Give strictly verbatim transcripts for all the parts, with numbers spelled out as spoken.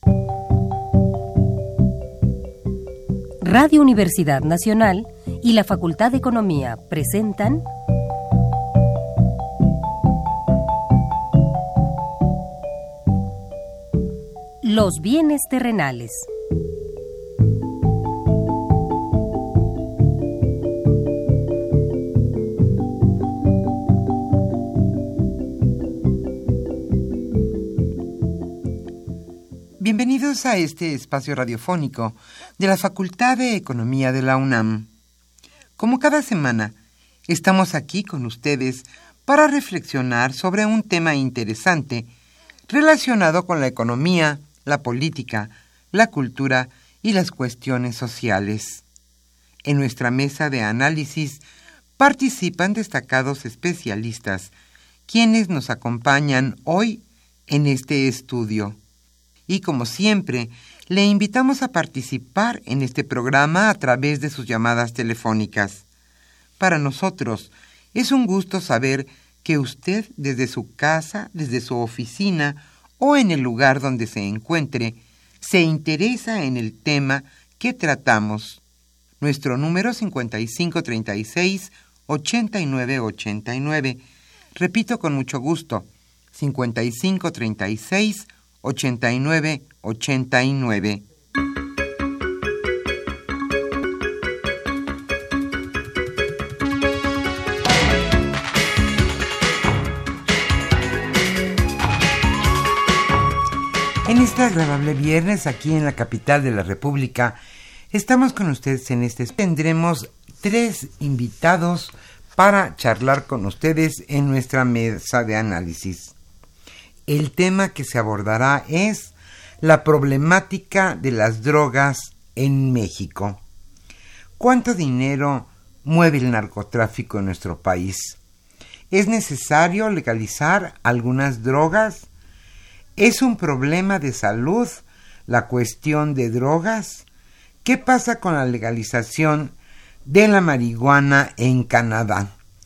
Radio Universidad Nacional y la Facultad de Economía presentan Los bienes terrenales. Bienvenidos a este espacio radiofónico de la Facultad de Economía de la UNAM. Como cada semana, estamos aquí con ustedes para reflexionar sobre un tema interesante relacionado con la economía, la política, la cultura y las cuestiones sociales. En nuestra mesa de análisis participan destacados especialistas, quienes nos acompañan hoy en este estudio. Y como siempre, le invitamos a participar en este programa a través de sus llamadas telefónicas. Para nosotros es un gusto saber que usted desde su casa, desde su oficina o en el lugar donde se encuentre, se interesa en el tema que tratamos. Nuestro número cincuenta y cinco treinta y seis, ochenta y nueve ochenta y nueve. Repito con mucho gusto, cincuenta y cinco treinta y seis, ochenta y nueve ochenta y nueve. En este agradable viernes, aquí en la capital de la República, estamos con ustedes en este... Tendremos tres invitados para charlar con ustedes en nuestra mesa de análisis. El tema que se abordará es la problemática de las drogas en México. ¿Cuánto dinero mueve el narcotráfico en nuestro país? ¿Es necesario legalizar algunas drogas? ¿Es un problema de salud la cuestión de drogas? ¿Qué pasa con la legalización de la marihuana en Canadá?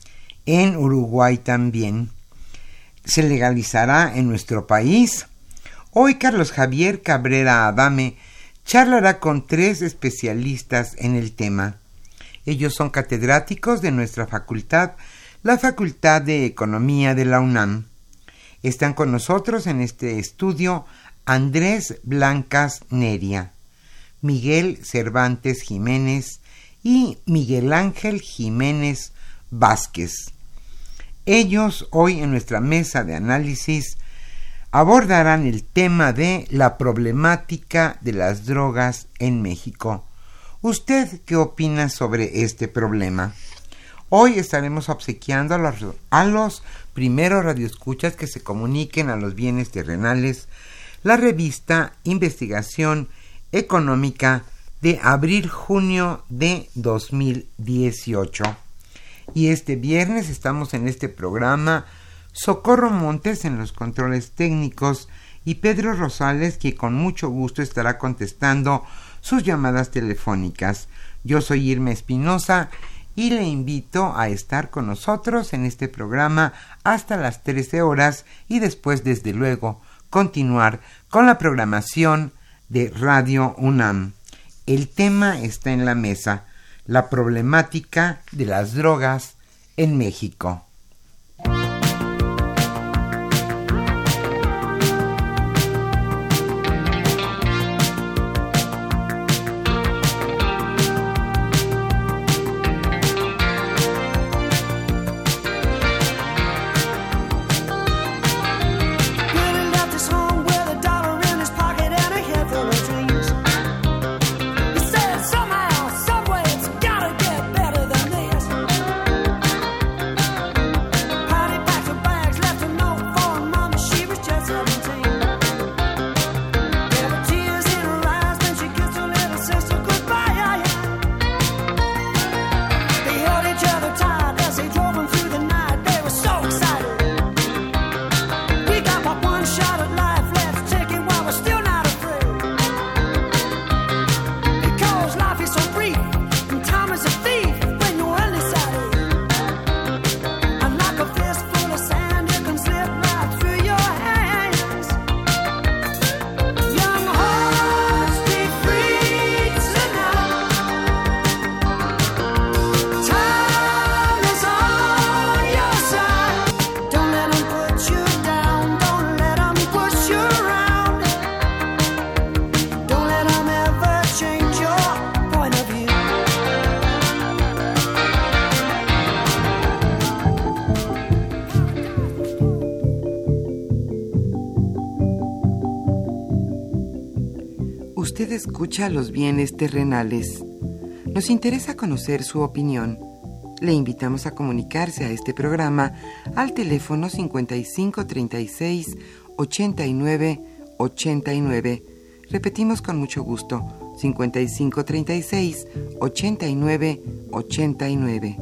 En Uruguay también. ¿Se legalizará en nuestro país? Hoy Carlos Javier Cabrera Adame charlará con tres especialistas en el tema. Ellos son catedráticos de nuestra facultad, la Facultad de Economía de la UNAM. Están con nosotros en este estudio Andrés Blancas Neria, Miguel Cervantes Jiménez y Miguel Ángel Jiménez Vázquez. Ellos hoy en nuestra mesa de análisis abordarán el tema de la problemática de las drogas en México. ¿Usted qué opina sobre este problema? Hoy estaremos obsequiando a los, a los primeros radioescuchas que se comuniquen a los bienes terrenales la revista Investigación Económica de abril-junio de dos mil dieciocho. Y este viernes estamos en este programa Socorro Montes en los controles técnicos y Pedro Rosales, que con mucho gusto estará contestando sus llamadas telefónicas. Yo soy Irma Espinosa y le invito a estar con nosotros en este programa hasta las trece horas y después, desde luego, continuar con la programación de Radio UNAM. El tema está en la mesa. La problemática de las drogas en México. Usted escucha Los bienes terrenales. Nos interesa conocer su opinión. Le invitamos a comunicarse a este programa al teléfono cincuenta y cinco treinta y seis ochenta y nueve ochenta y nueve. Repetimos con mucho gusto, cincuenta y cinco treinta y seis ochenta y nueve ochenta y nueve.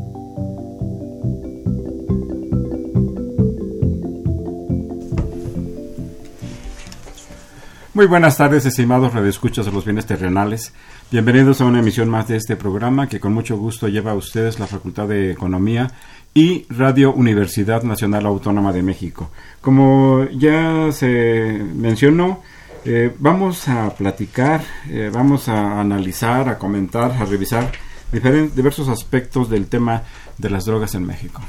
Muy buenas tardes, estimados radioescuchas de Los bienes terrenales. Bienvenidos a una emisión más de este programa que con mucho gusto lleva a ustedes la Facultad de Economía y Radio Universidad Nacional Autónoma de México. Como ya se mencionó, eh, vamos a platicar, eh, vamos a analizar, a comentar, a revisar diferentes, diversos aspectos del tema de las drogas en México.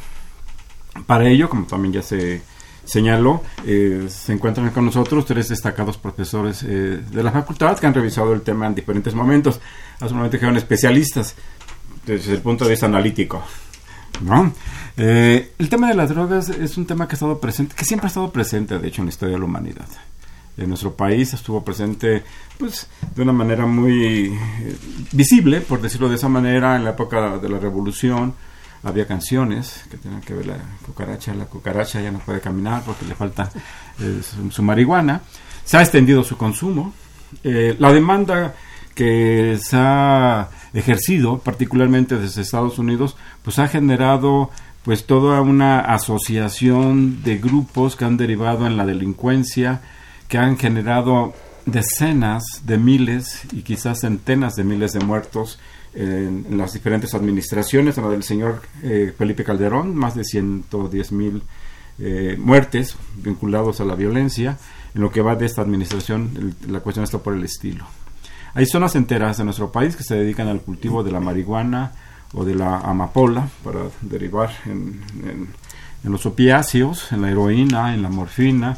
Para ello, como también ya se señaló, eh, se encuentran con nosotros tres destacados profesores eh, de la facultad que han revisado el tema en diferentes momentos. Hace un momento que eran especialistas desde el punto de vista analítico, ¿no? Eh, el tema de las drogas es un tema que ha estado presente, que siempre ha estado presente, de hecho, en la historia de la humanidad. En nuestro país estuvo presente, pues, de una manera muy eh, visible, por decirlo de esa manera, en la época de la Revolución. Había canciones que tenían que ver la cucaracha, la cucaracha ya no puede caminar porque le falta eh, su, su marihuana. Se ha extendido su consumo. Eh, la demanda que se ha ejercido, particularmente desde Estados Unidos, pues ha generado pues toda una asociación de grupos que han derivado en la delincuencia, que han generado decenas de miles y quizás centenas de miles de muertos En, en las diferentes administraciones. En la del señor eh, Felipe Calderón, más de ciento diez mil eh, muertes vinculados a la violencia. En lo que va de esta administración, el, la cuestión está por el estilo. Hay zonas enteras de nuestro país que se dedican al cultivo de la marihuana o de la amapola para derivar en, en, en los opiáceos, en la heroína, en la morfina.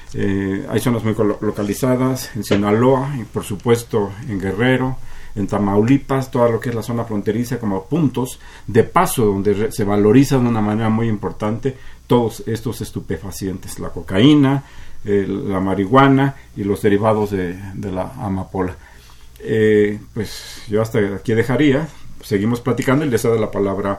Eh, hay zonas muy localizadas en Sinaloa y por supuesto en Guerrero, en Tamaulipas, toda lo que es la zona fronteriza, como puntos de paso donde re- se valorizan de una manera muy importante todos estos estupefacientes, la cocaína, eh, la marihuana y los derivados de, de la amapola. Eh, pues yo hasta aquí dejaría, seguimos platicando y les cedo la palabra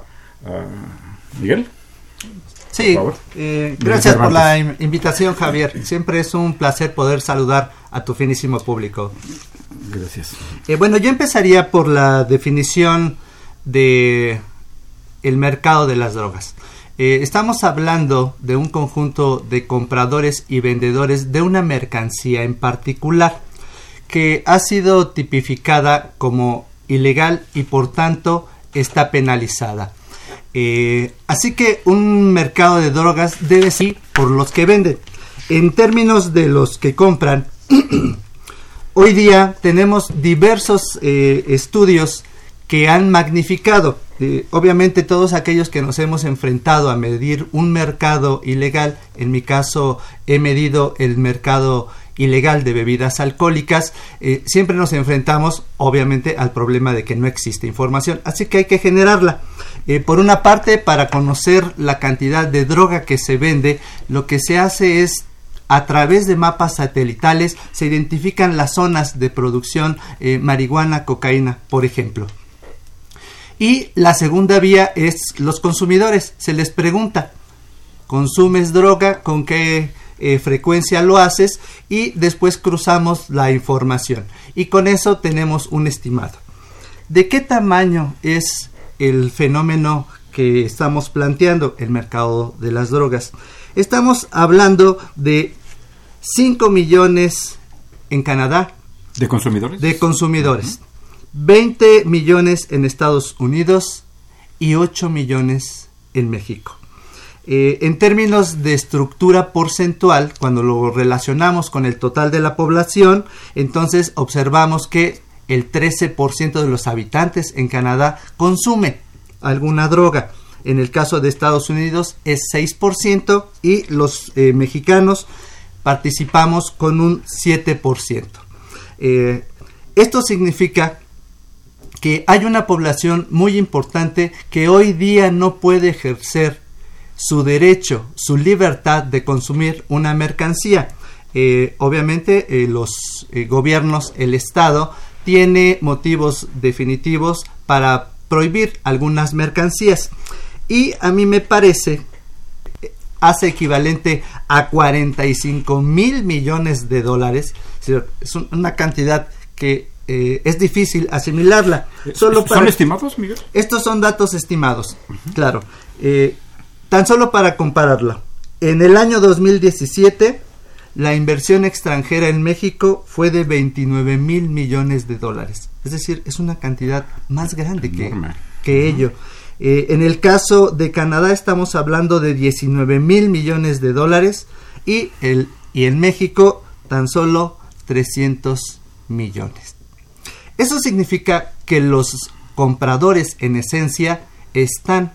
a Miguel. Sí, eh, gracias por la in- invitación, Javier. Siempre es un placer poder saludar a tu finísimo público. Gracias. Eh, bueno, yo empezaría por la definición de el mercado de las drogas. Eh, estamos hablando de un conjunto de compradores y vendedores de una mercancía en particular que ha sido tipificada como ilegal y por tanto está penalizada. Eh, así que un mercado de drogas debe ser por los que venden. En términos de los que compran, hoy día tenemos diversos eh, estudios que han magnificado, eh, obviamente todos aquellos que nos hemos enfrentado a medir un mercado ilegal. En mi caso he medido el mercado ilegal de bebidas alcohólicas. Eh, siempre nos enfrentamos obviamente al problema de que no existe información, así que hay que generarla. Eh, por una parte, para conocer la cantidad de droga que se vende, lo que se hace es, a través de mapas satelitales, se identifican las zonas de producción, eh, marihuana, cocaína, por ejemplo. Y la segunda vía es los consumidores. Se les pregunta, ¿consumes droga? ¿Con qué eh, frecuencia lo haces? Y después cruzamos la información. Y con eso tenemos un estimado. ¿De qué tamaño es el fenómeno que estamos planteando, el mercado de las drogas? Estamos hablando de cinco millones en Canadá. ¿De consumidores? De consumidores. Uh-huh. veinte millones en Estados Unidos y ocho millones en México. Eh, en términos de estructura porcentual, cuando lo relacionamos con el total de la población, entonces observamos que el trece por ciento de los habitantes en Canadá consume alguna droga. En el caso de Estados Unidos es seis por ciento y los eh, mexicanos participamos con un siete por ciento. Eh, esto significa que hay una población muy importante que hoy día no puede ejercer su derecho, su libertad de consumir una mercancía. eh, obviamente eh, los eh, gobiernos, el Estado, tiene motivos definitivos para prohibir algunas mercancías. Y a mí me parece, hace equivalente a cuarenta y cinco mil millones de dólares. Es una cantidad que eh, es difícil asimilarla. Solo para, ¿Son estimados, Miguel? Estos son datos estimados, uh-huh. Claro. Eh, tan solo para compararla. En el año dos mil diecisiete, la inversión extranjera en México fue de veintinueve mil millones de dólares. Es decir, es una cantidad más grande que, que ello. Eh, en el caso de Canadá estamos hablando de diecinueve mil millones de dólares y, el, y en México tan solo trescientos millones. Eso significa que los compradores en esencia están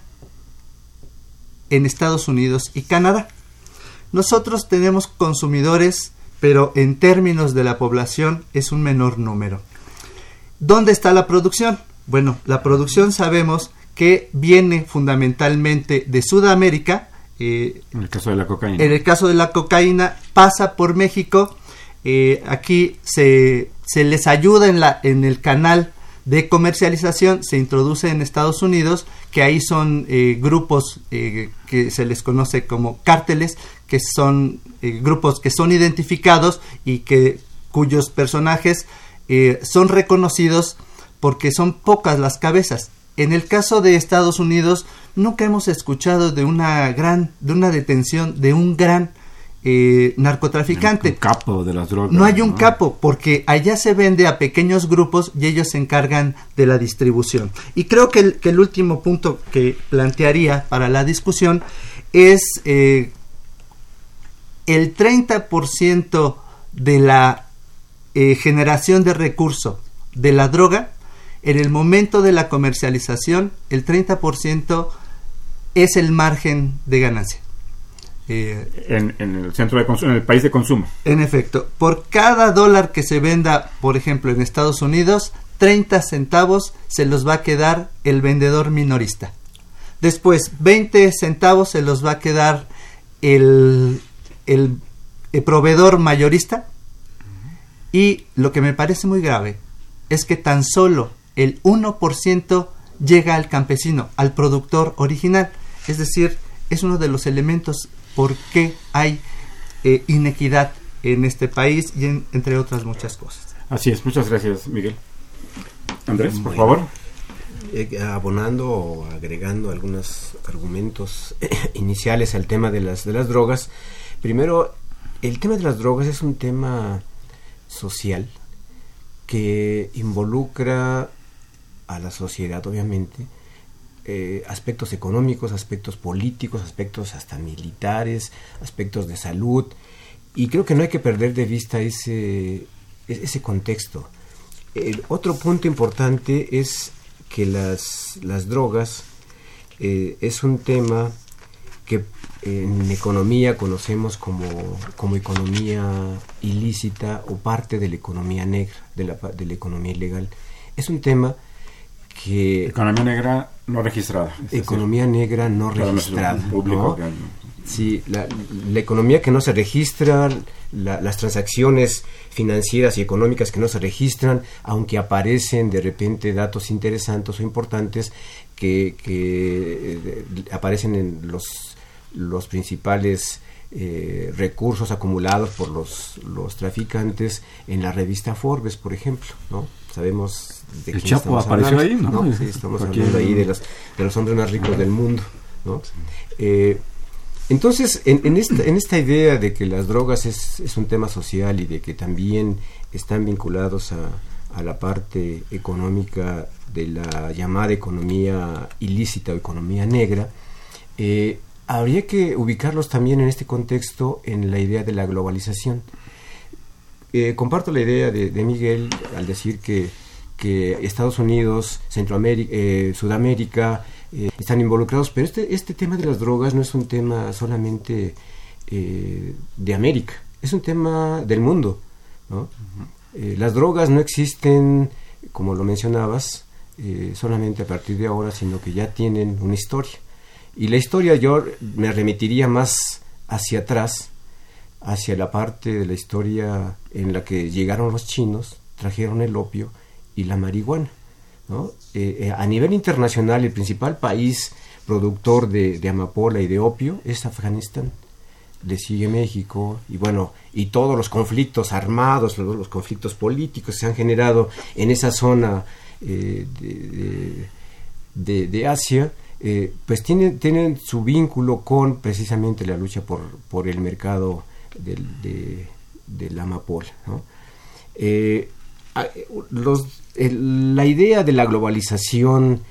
en Estados Unidos y Canadá. Nosotros tenemos consumidores, pero en términos de la población es un menor número. ¿Dónde está la producción? Bueno, la producción sabemos que viene fundamentalmente de Sudamérica. Eh, en el caso de la cocaína. En el caso de la cocaína pasa por México. Eh, aquí se, se les ayuda en, la, en el canal de comercialización, se introduce en Estados Unidos, que ahí son eh, grupos eh, que se les conoce como cárteles, que son eh, grupos que son identificados y que cuyos personajes eh, son reconocidos porque son pocas las cabezas. En el caso de Estados Unidos nunca hemos escuchado de una gran, de una detención de un gran eh, narcotraficante. Un capo de las drogas. No hay un ¿no? capo, porque allá se vende a pequeños grupos y ellos se encargan de la distribución. Y creo que el, que el último punto que plantearía para la discusión es eh, el treinta por ciento de la eh, generación de recurso de la droga. En el momento de la comercialización, el treinta por ciento es el margen de ganancia. Eh, en, en el centro de consumo, en el país de consumo. En efecto, por cada dólar que se venda, por ejemplo, en Estados Unidos, treinta centavos se los va a quedar el vendedor minorista. Después, veinte centavos se los va a quedar el, el, el proveedor mayorista. Y lo que me parece muy grave es que tan solo el uno por ciento llega al campesino, al productor original. Es decir, es uno de los elementos por qué hay eh, inequidad en este país y en, entre otras muchas cosas. Así es, muchas gracias, Miguel. Andrés, por bueno, favor. Eh, abonando o agregando algunos argumentos iniciales al tema de las, de las drogas. Primero, el tema de las drogas es un tema social que involucra a la sociedad, obviamente, eh, aspectos económicos, aspectos políticos, aspectos hasta militares, aspectos de salud, y creo que no hay que perder de vista ese, ese contexto. El otro punto importante es que las, las drogas eh, es un tema que en economía conocemos como, como economía ilícita o parte de la economía negra, de la, de la economía ilegal. Es un tema que... Economía negra no registrada. Economía decir, negra no registrada. Público, ¿no? Sí, la, la economía que no se registra, la, las transacciones financieras y económicas que no se registran, aunque aparecen de repente datos interesantes o importantes que, que eh, aparecen en los, los principales eh, recursos acumulados por los, los traficantes en la revista Forbes, por ejemplo, ¿no? Sabemos de el Chapo apareció hablando, ahí, ¿no? ¿no? Sí, estamos Porque hablando ahí de los, de los hombres más ricos del mundo, ¿no? Eh, entonces, en, en, esta, en esta idea de que las drogas es, es un tema social y de que también están vinculados a, a la parte económica de la llamada economía ilícita o economía negra, eh, habría que ubicarlos también en este contexto en la idea de la globalización. Eh, comparto la idea de, de Miguel al decir que, que Estados Unidos, Centroamérica, eh, Sudamérica eh, están involucrados, pero este, este tema de las drogas no es un tema solamente eh, de América, es un tema del mundo, ¿no? Uh-huh. Eh, las drogas no existen, como lo mencionabas, eh, solamente a partir de ahora, sino que ya tienen una historia. Y la historia yo me remitiría más hacia atrás, hacia la parte de la historia en la que llegaron los chinos, trajeron el opio y la marihuana, ¿no? Eh, eh, a nivel internacional, el principal país productor de, de amapola y de opio es Afganistán. Le sigue México, y bueno, y todos los conflictos armados, los, los conflictos políticos que se han generado en esa zona eh, de, de, de, de Asia, eh, pues tienen, tienen su vínculo con precisamente la lucha por, por el mercado del, de, de la amapola, ¿no? Eh, los, el, la idea de la globalización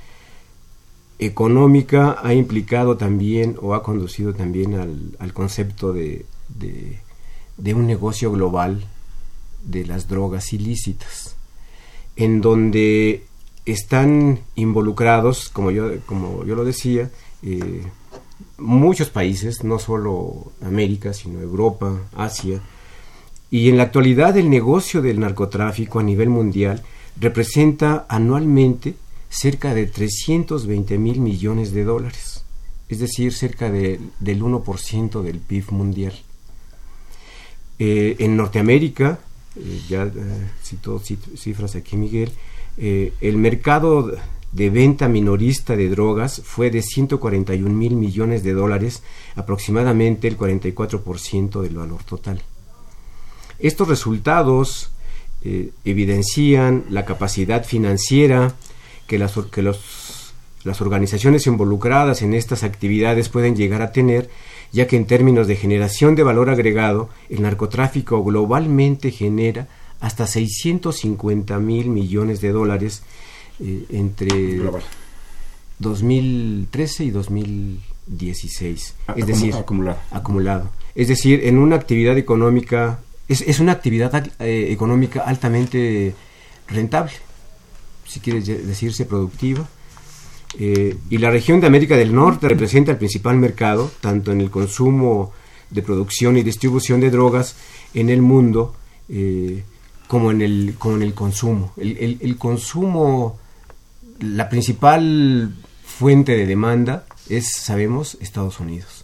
económica ha implicado también o ha conducido también al, al concepto de, de, de un negocio global de las drogas ilícitas, en donde están involucrados, como yo, como yo lo decía, eh, muchos países, no solo América, sino Europa, Asia, y en la actualidad el negocio del narcotráfico a nivel mundial representa anualmente cerca de trescientos veinte mil millones de dólares, es decir, cerca de, del uno por ciento del P I B mundial. Eh, en Norteamérica, eh, ya eh, citó cifras aquí Miguel, eh, el mercado de venta minorista de drogas fue de ciento cuarenta y un mil millones de dólares, aproximadamente el cuarenta y cuatro por ciento del valor total. Estos resultados eh, evidencian la capacidad financiera que las, que los, las organizaciones involucradas en estas actividades pueden llegar a tener, ya que en términos de generación de valor agregado, el narcotráfico globalmente genera hasta seiscientos cincuenta mil millones de dólares eh, entre Global. dos mil trece y dos mil dieciséis. Es decir, acumulado. acumulado. Es decir, en una actividad económica, es, es una actividad eh, económica altamente rentable, si quiere decirse productiva, eh, y la región de América del Norte representa el principal mercado, tanto en el consumo de producción y distribución de drogas en el mundo, eh, como en el, como en el consumo. El, el, el consumo, la principal fuente de demanda es, sabemos, Estados Unidos.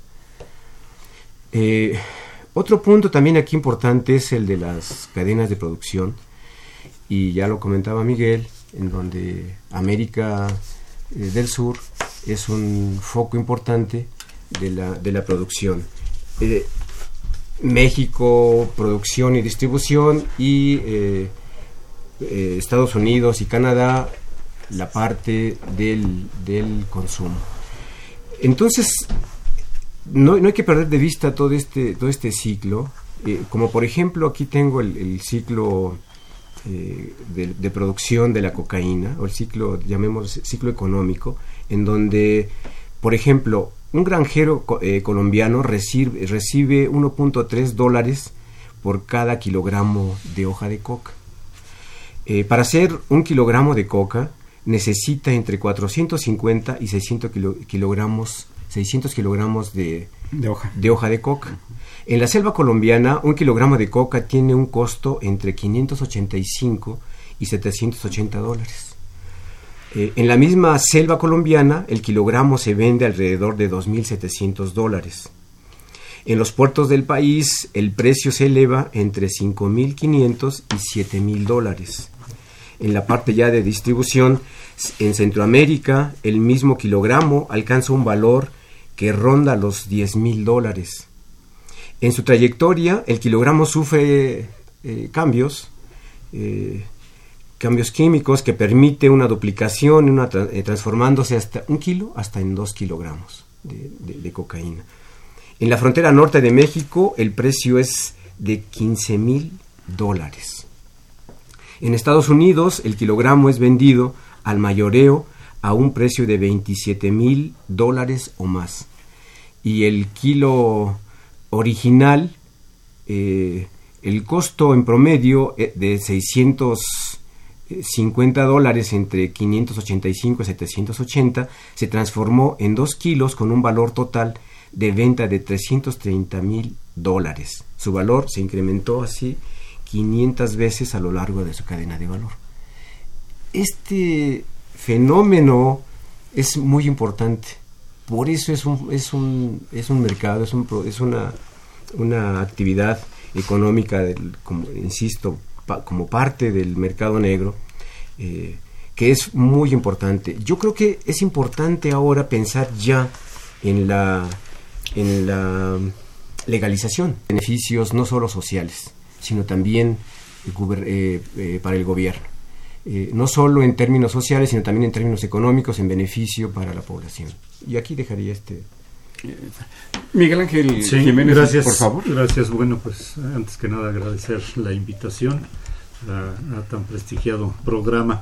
Eh, otro punto también aquí importante es el de las cadenas de producción, y ya lo comentaba Miguel, en donde América eh, del Sur es un foco importante de la, de la producción. Eh, México, producción y distribución, y eh, eh, Estados Unidos y Canadá, la parte del, del consumo. Entonces, no, no hay que perder de vista todo este, todo este ciclo, eh, como por ejemplo aquí tengo el, el ciclo Eh, de, de producción de la cocaína, o el ciclo, llamémoslo ciclo económico, en donde, por ejemplo, un granjero eh, colombiano recibe, recibe uno punto tres dólares por cada kilogramo de hoja de coca. Eh, para hacer un kilogramo de coca necesita entre cuatrocientos cincuenta y seiscientos kilo, kilogramos, seiscientos kilogramos de, de, hoja. de hoja de coca. En la selva colombiana, un kilogramo de coca tiene un costo entre quinientos ochenta y cinco y setecientos ochenta dólares. Eh, en la misma selva colombiana, el kilogramo se vende alrededor de dos mil setecientos dólares. En los puertos del país, el precio se eleva entre cinco mil quinientos y siete mil dólares. En la parte ya de distribución, en Centroamérica, el mismo kilogramo alcanza un valor que ronda los diez mil dólares. En su trayectoria, el kilogramo sufre eh, cambios, eh, cambios químicos que permite una duplicación, una tra- eh, transformándose hasta un kilo, hasta en dos kilogramos de, de, de cocaína. En la frontera norte de México, el precio es de quince mil dólares. En Estados Unidos, el kilogramo es vendido al mayoreo a un precio de veintisiete mil dólares o más. Y el kilo original, eh, el costo en promedio eh, de seiscientos cincuenta dólares entre quinientos ochenta y cinco y setecientos ochenta, se transformó en dos kilos con un valor total de venta de trescientos treinta mil dólares. Su valor se incrementó así quinientas veces a lo largo de su cadena de valor. Este fenómeno es muy importante. Por eso es un, es un, es un mercado, es, un, es una una actividad económica, del, como insisto, pa, como parte del mercado negro, eh, que es muy importante. Yo creo que es importante ahora pensar ya en la, en la legalización, beneficios no solo sociales, sino también eh, eh, para el gobierno. Eh, no solo en términos sociales, sino también en términos económicos, en beneficio para la población. Y aquí dejaría este... Miguel Ángel sí, Jiménez, gracias, por favor. Gracias. Bueno, pues antes que nada agradecer la invitación a, a tan prestigiado programa.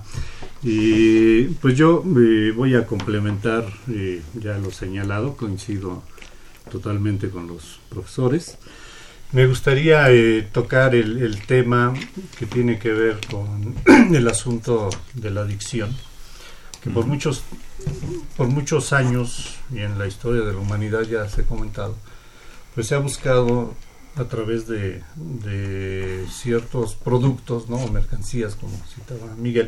Y pues yo eh, voy a complementar eh, ya lo señalado, coincido totalmente con los profesores. Me gustaría eh, tocar el, el tema que tiene que ver con el asunto de la adicción, que por muchos por muchos años y en la historia de la humanidad ya se ha comentado, pues se ha buscado a través de, de ciertos productos, ¿no?, o mercancías, como citaba Miguel,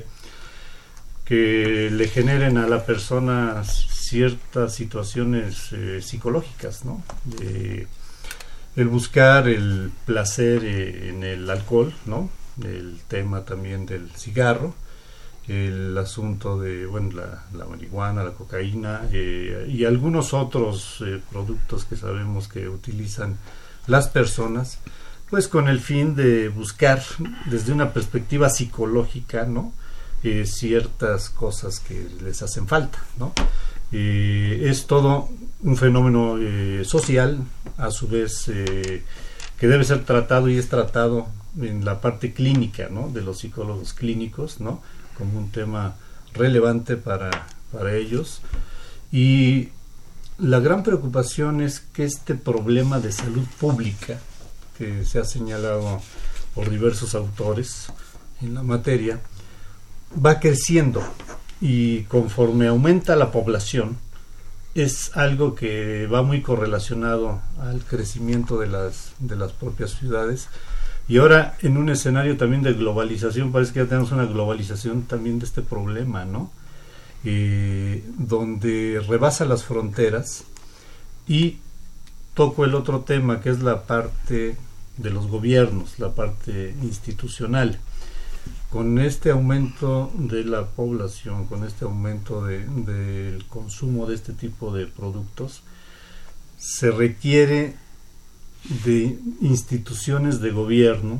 que le generen a la persona ciertas situaciones eh, psicológicas, ¿no? De, el buscar el placer eh, en el alcohol, ¿no? El tema también del cigarro, el asunto de, bueno, la, la marihuana, la cocaína eh, y algunos otros eh, productos que sabemos que utilizan las personas, pues con el fin de buscar desde una perspectiva psicológica, ¿no?, eh, ciertas cosas que les hacen falta, ¿no? Eh, es todo un fenómeno eh, social, a su vez eh, que debe ser tratado y es tratado en la parte clínica, ¿no?, de los psicólogos clínicos, ¿no?, como un tema relevante para, para ellos. Y la gran preocupación es que este problema de salud pública, que se ha señalado por diversos autores en la materia, va creciendo, y conforme aumenta la población es algo que va muy correlacionado al crecimiento de las, de las propias ciudades. Y ahora, en un escenario también de globalización, parece que ya tenemos una globalización también de este problema, ¿no? Eh, donde rebasa las fronteras. Y toco el otro tema, que es la parte de los gobiernos, la parte institucional. Con este aumento de la población, con este aumento de, del consumo de este tipo de productos, se requiere de instituciones de gobierno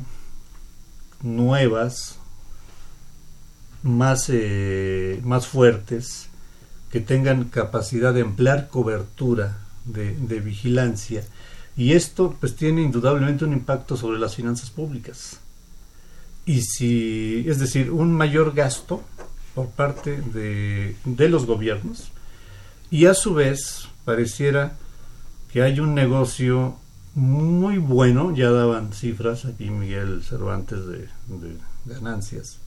nuevas, más, eh, más fuertes, que tengan capacidad de ampliar cobertura de, de vigilancia, y esto pues tiene indudablemente un impacto sobre las finanzas públicas. Y si, es decir, un mayor gasto por parte de, de los gobiernos, y a su vez pareciera que hay un negocio muy bueno, ya daban cifras aquí Miguel Cervantes de, de ganancias,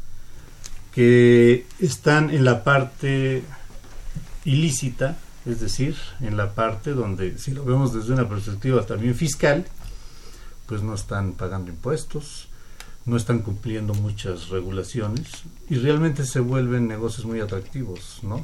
que están en la parte ilícita, es decir, en la parte donde, si lo vemos desde una perspectiva también fiscal, pues no están pagando impuestos, no están cumpliendo muchas regulaciones, y realmente se vuelven negocios muy atractivos, ¿no?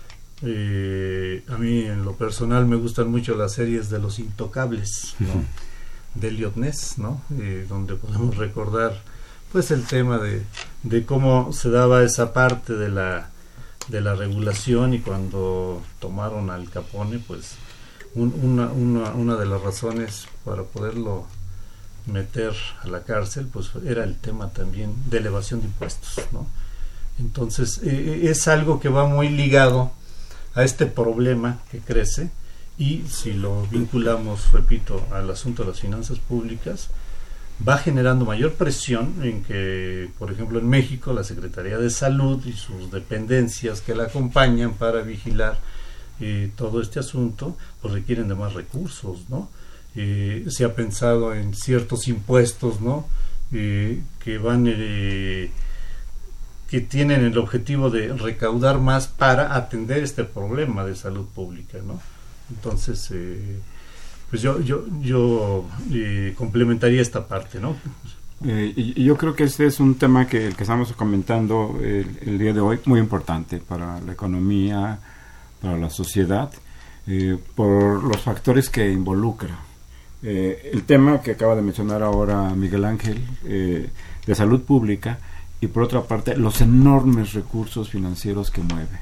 Eh, a mí en lo personal me gustan mucho las series de Los Intocables, ¿no?, uh-huh, de Elliot Ness, ¿no? Eh, donde podemos recordar pues el tema de, de cómo se daba esa parte de la de la regulación, y cuando tomaron al Capone, pues un, una, una, una de las razones para poderlo meter a la cárcel pues era el tema también de elevación de impuestos, ¿no? Entonces eh, es algo que va muy ligado a este problema que crece, y si lo vinculamos, repito, al asunto de las finanzas públicas, va generando mayor presión en que, por ejemplo, en México la Secretaría de Salud y sus dependencias que la acompañan para vigilar eh, todo este asunto, pues requieren de más recursos, ¿no? Eh, se ha pensado en ciertos impuestos, ¿no?, eh, que van eh, que tienen el objetivo de recaudar más para atender este problema de salud pública, ¿no? Entonces, eh, pues yo yo yo eh, complementaría esta parte, ¿no? Eh, y, y yo creo que este es un tema que el que estamos comentando el, el día de hoy, muy importante para la economía, para la sociedad, eh, por los factores que involucra. Eh, el tema que acaba de mencionar ahora Miguel Ángel, eh, de salud pública, y por otra parte los enormes recursos financieros que mueve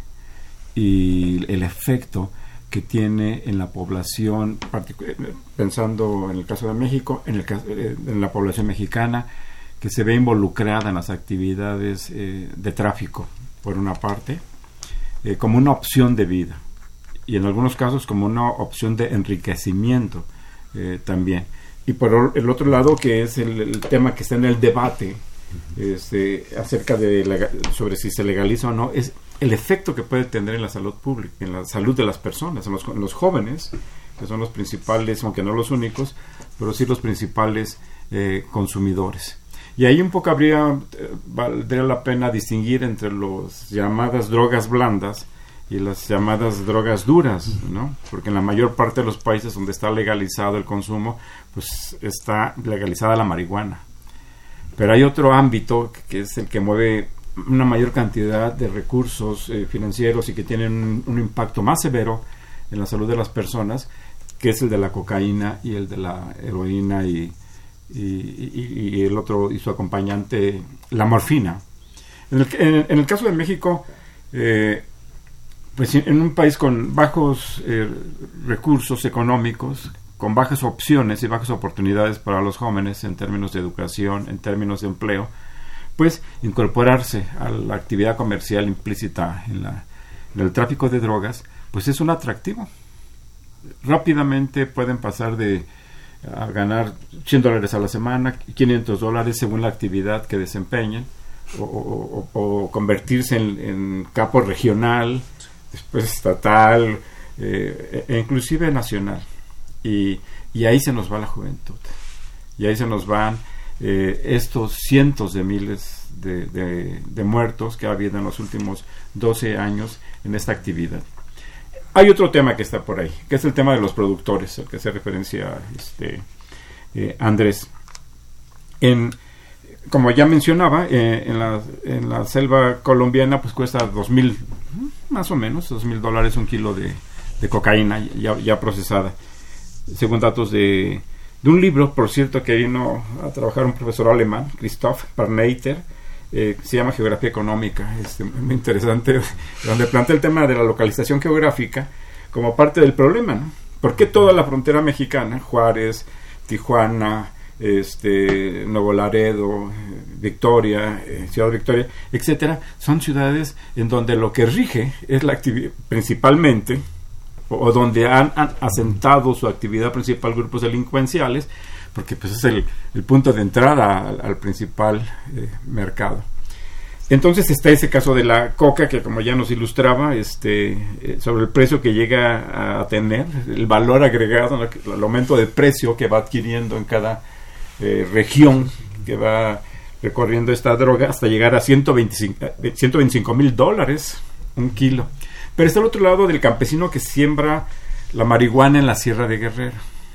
y el efecto que tiene en la población, pensando en el caso de México, en, el, en la población mexicana, que se ve involucrada en las actividades eh, de tráfico, por una parte, eh, como una opción de vida, y en algunos casos como una opción de enriquecimiento eh, también. Y por el otro lado, que es el, el tema que está en el debate este, acerca de la, sobre si se legaliza o no, es el efecto que puede tener en la salud pública, en la salud de las personas, en los, en los jóvenes, que son los principales, aunque no los únicos, pero sí los principales eh, consumidores. Y ahí un poco habría, eh, valdría la pena distinguir entre las llamadas drogas blandas y las llamadas drogas duras, ¿no? Porque en la mayor parte de los países donde está legalizado el consumo, pues está legalizada la marihuana. Pero hay otro ámbito que es el que mueve una mayor cantidad de recursos eh, financieros y que tienen un, un impacto más severo en la salud de las personas, que es el de la cocaína y el de la heroína y, y, y, y el otro y su acompañante, la morfina. En el, en, en el caso de México, eh, pues en un país con bajos eh, recursos económicos, con bajas opciones y bajas oportunidades para los jóvenes en términos de educación, en términos de empleo, pues incorporarse a la actividad comercial implícita en, la, en el tráfico de drogas, pues es un atractivo. Rápidamente pueden pasar de a ganar cien dólares a la semana, quinientos dólares según la actividad que desempeñen, o, o, o convertirse en, en capo regional, después estatal, eh, e inclusive nacional. Y, y ahí se nos va la juventud, y ahí se nos van eh, estos cientos de miles de, de, de muertos que ha habido en los últimos doce años en esta actividad. Hay otro tema que está por ahí, que es el tema de los productores, al que se referencia este, eh, Andrés. En, como ya mencionaba, eh, en, la, en la selva colombiana pues cuesta dos mil, más o menos, dos mil dólares un kilo de, de cocaína ya, ya procesada, según datos de, de un libro, por cierto, que vino a trabajar un profesor alemán, Christoph Parneiter, eh, se llama Geografía Económica, este, muy interesante, donde plantea el tema de la localización geográfica como parte del problema, ¿no? ¿Por qué toda la frontera mexicana, Juárez, Tijuana, este, Nuevo Laredo, eh, Victoria, eh, Ciudad Victoria, etcétera, son ciudades en donde lo que rige es la actividad, principalmente, o donde han, han asentado su actividad principal grupos delincuenciales, porque pues es el, el punto de entrada al, al principal eh, mercado. Entonces está ese caso de la coca, que como ya nos ilustraba, este, eh, sobre el precio que llega a tener, el valor agregado, el aumento de precio que va adquiriendo en cada eh, región que va recorriendo esta droga, hasta llegar a ciento veinticinco mil dólares un kilo. Pero está al otro lado del campesino que siembra la marihuana en la Sierra de Guerrero,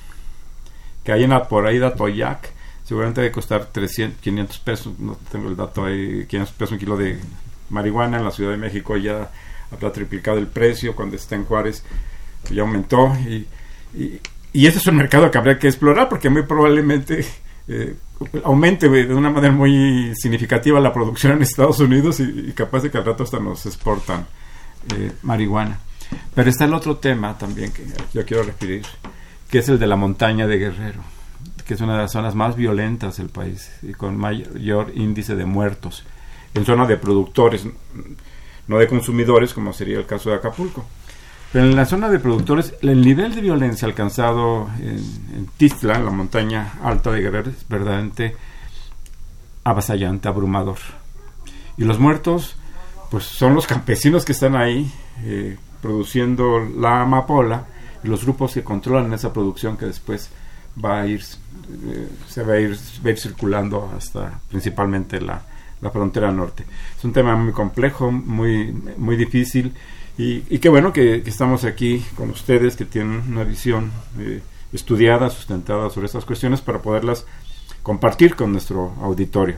que hay en la, por ahí de Atoyac, seguramente debe costar trescientos, quinientos pesos, no tengo el dato ahí, quinientos pesos un kilo de marihuana. En la Ciudad de México ya ha triplicado el precio, cuando está en Juárez ya aumentó, y, y, y ese es un mercado que habría que explorar, porque muy probablemente eh, aumente de una manera muy significativa la producción en Estados Unidos, y, y capaz de que al rato hasta nos exportan Eh, marihuana. Pero está el otro tema también que yo quiero referir, que es el de la montaña de Guerrero, que es una de las zonas más violentas del país y con mayor índice de muertos, en zona de productores, no de consumidores, como sería el caso de Acapulco. Pero en la zona de productores, el nivel de violencia alcanzado en, en Tistla, la montaña alta de Guerrero, es verdaderamente avasallante, abrumador. Y los muertos pues son los campesinos que están ahí eh, produciendo la amapola, y los grupos que controlan esa producción, que después va a ir eh, se va a ir, va a ir circulando hasta principalmente la, la frontera norte. Es un tema muy complejo, muy, muy difícil, y, y qué bueno que, que estamos aquí con ustedes, que tienen una visión eh, estudiada, sustentada sobre estas cuestiones, para poderlas compartir con nuestro auditorio.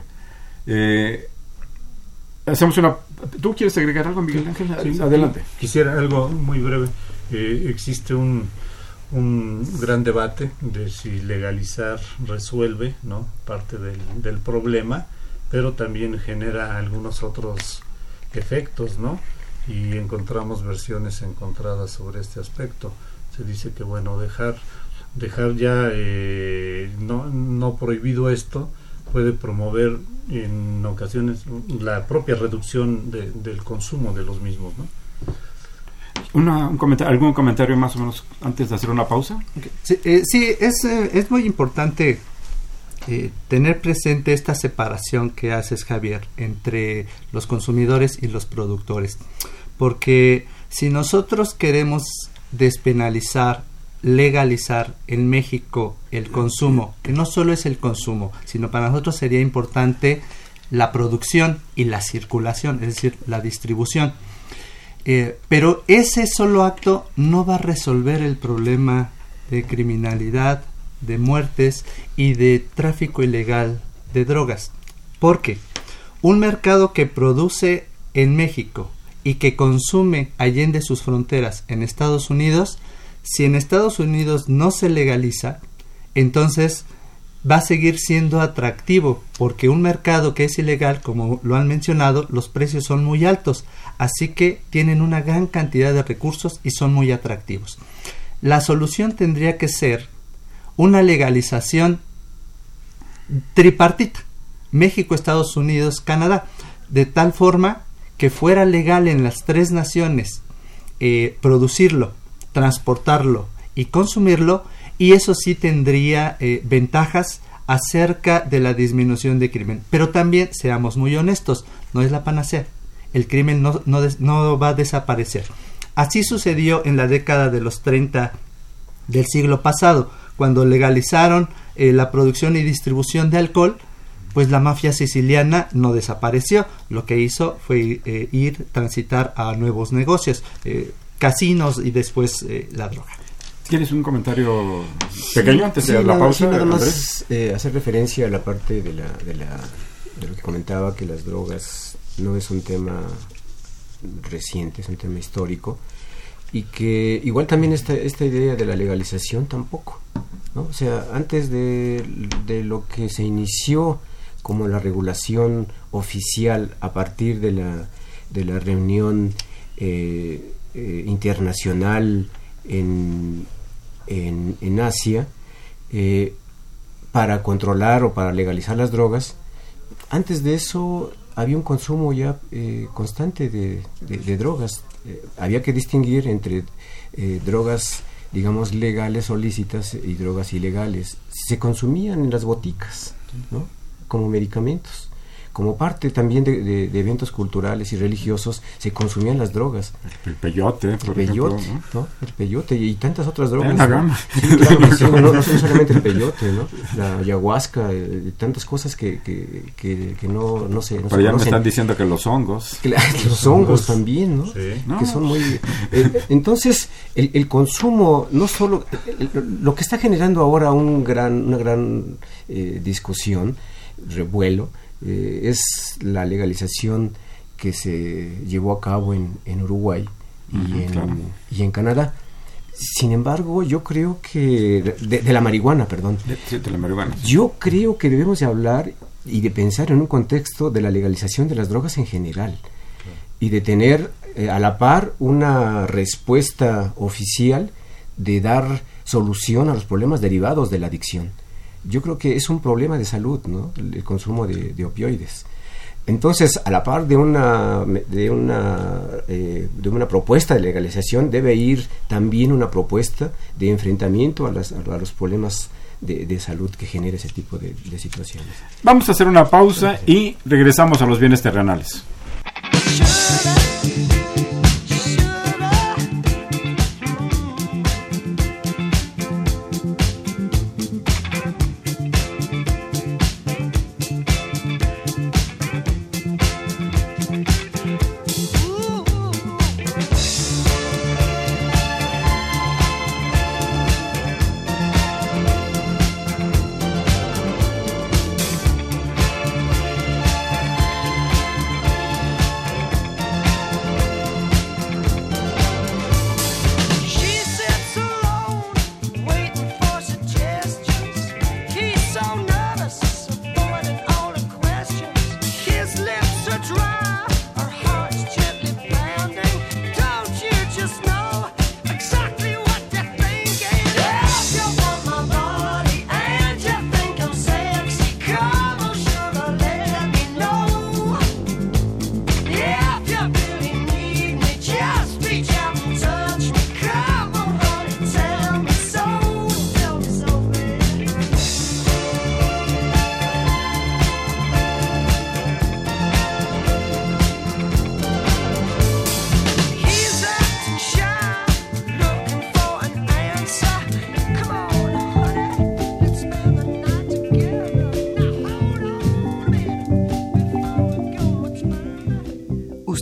Eh, Hacemos una. ¿Tú quieres agregar algo, Miguel Ángel? Sí, adelante. Quisiera algo muy breve. Eh, existe un, un gran debate de si legalizar resuelve, ¿no?, parte del, del problema, pero también genera algunos otros efectos, ¿no? Y encontramos versiones encontradas sobre este aspecto. Se dice que, bueno, dejar dejar ya eh, no, no prohibido esto puede promover en ocasiones la propia reducción de, del consumo de los mismos, ¿no? Una, un comentario, ¿Algún comentario más o menos antes de hacer una pausa? Okay. Sí, eh, sí es, eh, es muy importante eh, tener presente esta separación que haces, Javier, entre los consumidores y los productores, porque si nosotros queremos despenalizar, legalizar en México el consumo, que no solo es el consumo, sino para nosotros sería importante la producción y la circulación, es decir, la distribución. Eh, pero ese solo acto no va a resolver el problema de criminalidad, de muertes y de tráfico ilegal de drogas. Porque un mercado que produce en México y que consume allende sus fronteras en Estados Unidos, si en Estados Unidos no se legaliza, entonces va a seguir siendo atractivo, porque un mercado que es ilegal, como lo han mencionado, los precios son muy altos, así que tienen una gran cantidad de recursos y son muy atractivos. La solución tendría que ser una legalización tripartita, México, Estados Unidos, Canadá, de tal forma que fuera legal en las tres naciones eh, producirlo, transportarlo y consumirlo, y eso sí tendría eh, ventajas acerca de la disminución de crimen. Pero también, seamos muy honestos, no es la panacea. El crimen no, no, des, no va a desaparecer. Así sucedió en la década de los treinta del siglo pasado, cuando legalizaron eh, la producción y distribución de alcohol, pues la mafia siciliana no desapareció. Lo que hizo fue eh, ir, transitar a nuevos negocios, eh, casinos y después eh, la droga. ¿Tienes un comentario pequeño sí, antes sí, de la nada, pausa? Sí, nada más eh, hacer referencia a la parte de, la, de, la, de lo que comentaba, que las drogas no es un tema reciente, es un tema histórico, y que igual también esta, esta idea de la legalización tampoco, ¿no? O sea, antes de, de lo que se inició como la regulación oficial a partir de la, de la reunión eh, eh, internacional en En, en Asia eh, para controlar o para legalizar las drogas, antes de eso había un consumo ya eh, constante de, de, de drogas. Eh, había que distinguir entre eh, drogas, digamos, legales o lícitas y drogas ilegales. Se consumían en las boticas, ¿no?, como medicamentos. Como parte también de, de, de eventos culturales y religiosos, se consumían las drogas. El peyote, por el peyote, ejemplo, ¿no? ¿no? El peyote y tantas otras drogas. Una gama. Sí, claro, sí, no, no, no solamente el peyote, ¿no? La ayahuasca, eh, tantas cosas que, que, que, que no, no se no Pero se ya conocen. me están diciendo que los hongos. Que la, los hongos también, ¿no? Sí. No. Que son muy... Eh, entonces, el, el consumo, no solo... El, lo que está generando ahora un gran, una gran eh, discusión, revuelo, Eh, es la legalización que se llevó a cabo en, en Uruguay y, uh-huh, en, claro. y en Canadá. Sin embargo, yo creo que de, de la marihuana, perdón. De, de la marihuana. Sí. Yo creo que debemos de hablar y de pensar en un contexto de la legalización de las drogas en general, claro. y de tener eh, a la par una respuesta oficial de dar solución a los problemas derivados de la adicción. Yo creo que es un problema de salud, ¿no?, el, el consumo de, de opioides. Entonces, a la par de una de una eh, de una propuesta de legalización, debe ir también una propuesta de enfrentamiento a, las, a los problemas de, de salud que genera ese tipo de, de situaciones. Vamos a hacer una pausa y regresamos a los bienes terrenales.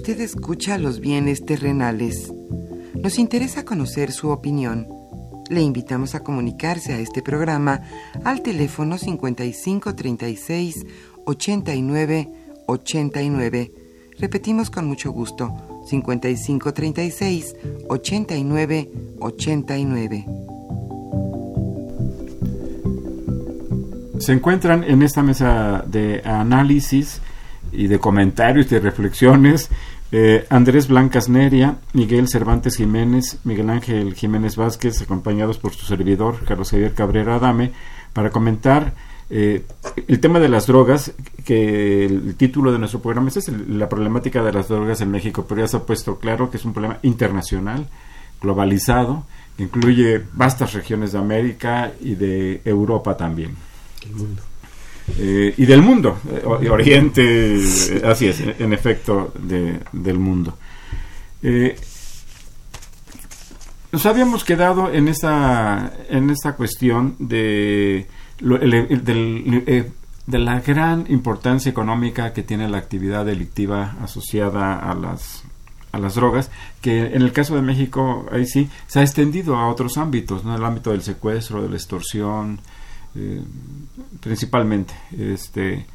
Usted escucha Los Bienes Terrenales. Nos interesa conocer su opinión. Le invitamos a comunicarse a este programa al teléfono cincuenta y cinco treinta y seis ochenta y nueve ochenta y nueve. Repetimos con mucho gusto, cincuenta y cinco treinta y seis ochenta y nueve ochenta y nueve. Se encuentran en esta mesa de análisis y de comentarios y de reflexiones eh, Andrés Blancas Neria, Miguel Cervantes Jiménez, Miguel Ángel Jiménez Vázquez, acompañados por su servidor Carlos Javier Cabrera Adame, para comentar eh, el tema de las drogas, que el título de nuestro programa es el, la problemática de las drogas en México, pero ya se ha puesto claro que es un problema internacional, globalizado, que incluye vastas regiones de América y de Europa también. El mundo. Eh, y del mundo, eh, Oriente, eh, así es, en, en efecto, de, del mundo. Eh, nos habíamos quedado en esta, en esta cuestión de, lo, el, el, del, eh, de la gran importancia económica que tiene la actividad delictiva asociada a las, a las drogas, que en el caso de México, ahí sí, se ha extendido a otros ámbitos, ¿no? El ámbito del secuestro, de la extorsión, Eh, principalmente. Este,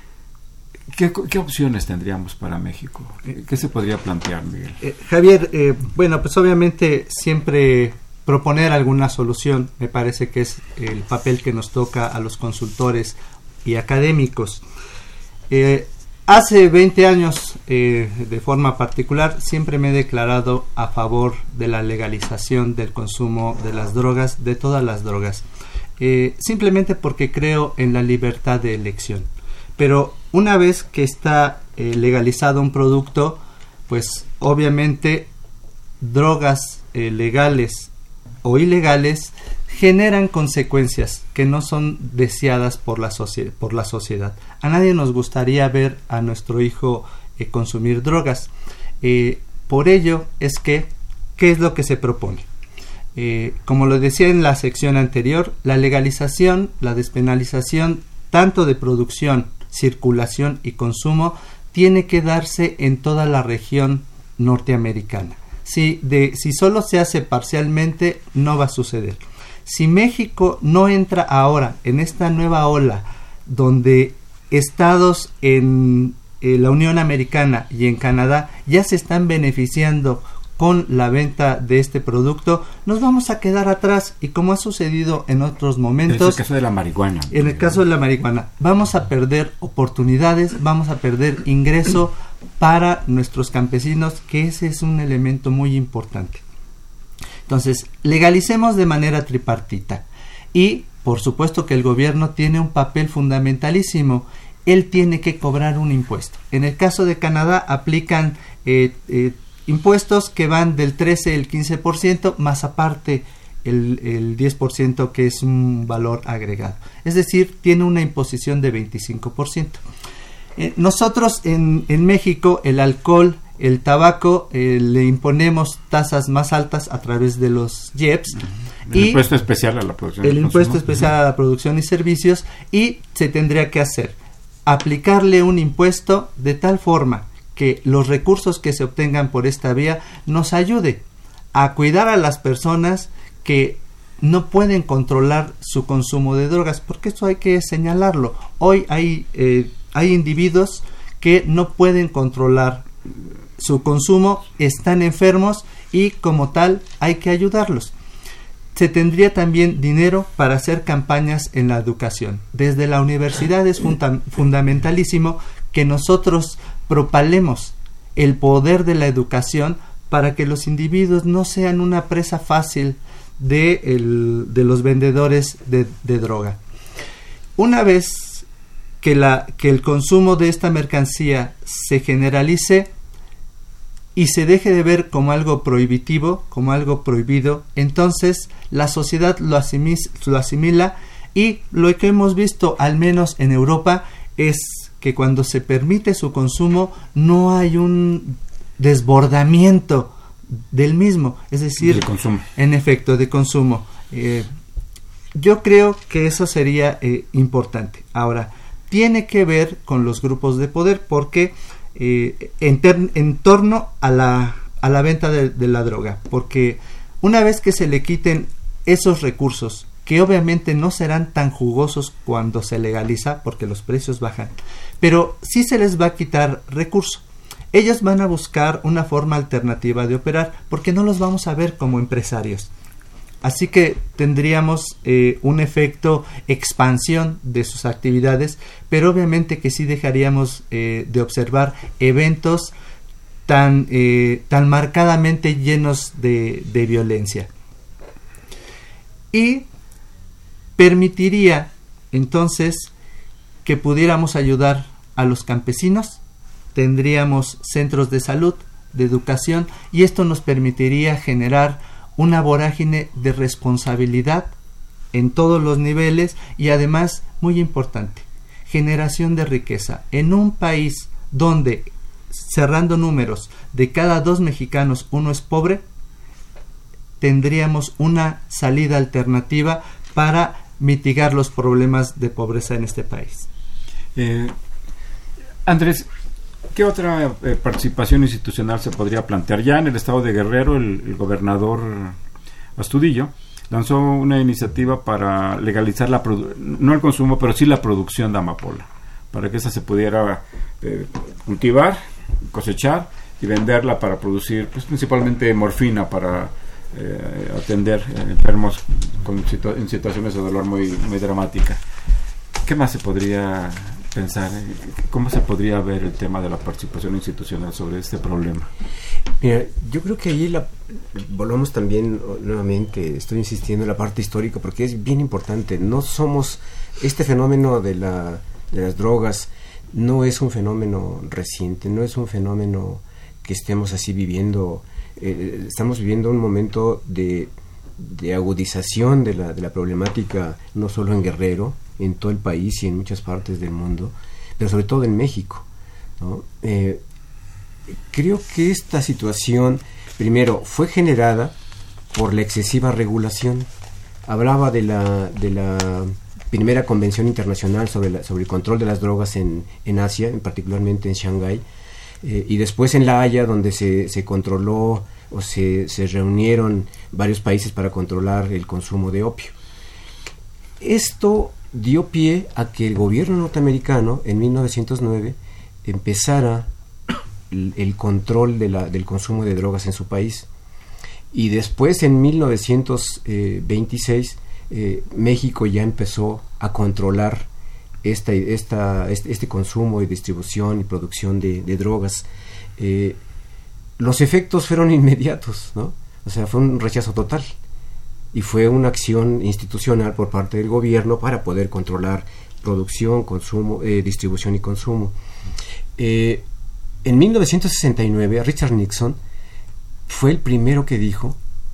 ¿qué, ¿Qué opciones tendríamos para México? ¿Qué, qué se podría plantear, Miguel? Eh, Javier, eh, bueno, pues obviamente siempre proponer alguna solución me parece que es el papel que nos toca a los consultores y académicos. Eh, hace veinte años, eh, de forma particular, siempre me he declarado a favor de la legalización del consumo de las drogas, de todas las drogas. Eh, simplemente porque creo en la libertad de elección. Pero una vez que está eh, legalizado un producto, pues obviamente drogas eh, legales o ilegales generan consecuencias que no son deseadas por la, socie- por la sociedad. A nadie nos gustaría ver a nuestro hijo eh, consumir drogas. Eh, por ello es que, ¿qué es lo que se propone? Eh, como lo decía en la sección anterior, la legalización, la despenalización, tanto de producción, circulación y consumo, tiene que darse en toda la región norteamericana. Si, de, si solo se hace parcialmente, no va a suceder. Si México no entra ahora en esta nueva ola, donde estados en eh, la Unión Americana y en Canadá ya se están beneficiando con la venta de este producto, nos vamos a quedar atrás, y como ha sucedido en otros momentos, en el caso de la marihuana, en el caso de la marihuana, vamos a perder oportunidades, vamos a perder ingreso para nuestros campesinos, que ese es un elemento muy importante. Entonces, legalicemos de manera tripartita, y por supuesto que el gobierno tiene un papel fundamentalísimo. Él tiene que cobrar un impuesto. En el caso de Canadá aplican eh, eh, impuestos que van del trece al quince por ciento, más aparte el, el diez por ciento que es un valor agregado. Es decir, tiene una imposición de veinticinco por ciento. Eh, nosotros en, en México, el alcohol, el tabaco, eh, le imponemos tasas más altas a través de los I E P S. El y impuesto especial a la producción. El impuesto especial a la producción y servicios, y se tendría que hacer, aplicarle un impuesto de tal forma que los recursos que se obtengan por esta vía nos ayude a cuidar a las personas que no pueden controlar su consumo de drogas, porque esto hay que señalarlo. Hoy hay, eh, hay individuos que no pueden controlar su consumo, están enfermos y como tal hay que ayudarlos. Se tendría también dinero para hacer campañas en la educación. Desde la universidad es funda- fundamentalísimo que nosotros propalemos el poder de la educación para que los individuos no sean una presa fácil de, el, de los vendedores de, de droga. Una vez que, la, que el consumo de esta mercancía se generalice y se deje de ver como algo prohibitivo, como algo prohibido, entonces la sociedad lo, asimis, lo asimila, y lo que hemos visto, al menos en Europa, es que cuando se permite su consumo no hay un desbordamiento del mismo, es decir, de consumo. En efecto, de consumo. Eh, yo creo que eso sería eh, importante. Ahora, tiene que ver con los grupos de poder, porque eh, en, ter, en torno a la, a la venta de, de la droga, porque una vez que se le quiten esos recursos, que obviamente no serán tan jugosos cuando se legaliza, porque los precios bajan, pero sí se les va a quitar recursos. Ellos van a buscar una forma alternativa de operar, porque no los vamos a ver como empresarios. Así que tendríamos eh, un efecto expansión de sus actividades, pero obviamente que sí dejaríamos eh, de observar eventos tan, eh, tan marcadamente llenos de, de violencia. Y permitiría entonces que pudiéramos ayudar a los campesinos, tendríamos centros de salud, de educación, y esto nos permitiría generar una vorágine de responsabilidad en todos los niveles y además, muy importante, generación de riqueza. En un país donde, cerrando números, de cada dos mexicanos uno es pobre, tendríamos una salida alternativa para mitigar los problemas de pobreza en este país. Eh, Andrés, ¿qué otra eh, participación institucional se podría plantear? Ya en el estado de Guerrero, el, el gobernador Astudillo lanzó una iniciativa para legalizar la produ- no el consumo, pero sí la producción de amapola, para que esa se pudiera eh, cultivar, cosechar y venderla para producir, pues, principalmente morfina para eh, atender enfermos con situ- en situaciones de dolor muy, muy dramática. ¿Qué más se podría pensar? ¿Cómo se podría ver el tema de la participación institucional sobre este problema? Mira, yo creo que ahí la, volvamos también nuevamente, estoy insistiendo en la parte histórica porque es bien importante. No somos, este fenómeno de, la, de las drogas no es un fenómeno reciente, no es un fenómeno que estemos así viviendo, eh, estamos viviendo un momento de, de agudización de la, de la problemática, no solo en Guerrero, en todo el país y en muchas partes del mundo, pero sobre todo en México, ¿no? Eh, creo que esta situación, primero, fue generada por la excesiva regulación. Hablaba de la, de la primera convención internacional sobre, la, sobre el control de las drogas en, en Asia, en particularmente en Shanghái, eh, y después en La Haya, donde se, se controló o se, se reunieron varios países para controlar el consumo de opio. Esto dio pie a que el gobierno norteamericano en mil novecientos nueve empezara el, el control de la, del consumo de drogas en su país, y después en mil novecientos veintiséis eh, México ya empezó a controlar esta, esta, este, este consumo y distribución y producción de, de drogas. Eh, los efectos fueron inmediatos, ¿no? O sea, fue un rechazo total. Y fue una acción institucional por parte del gobierno para poder controlar producción, consumo, eh, distribución y consumo. Eh, en mil novecientos sesenta y nueve, Richard Nixon fue el primero que dijo: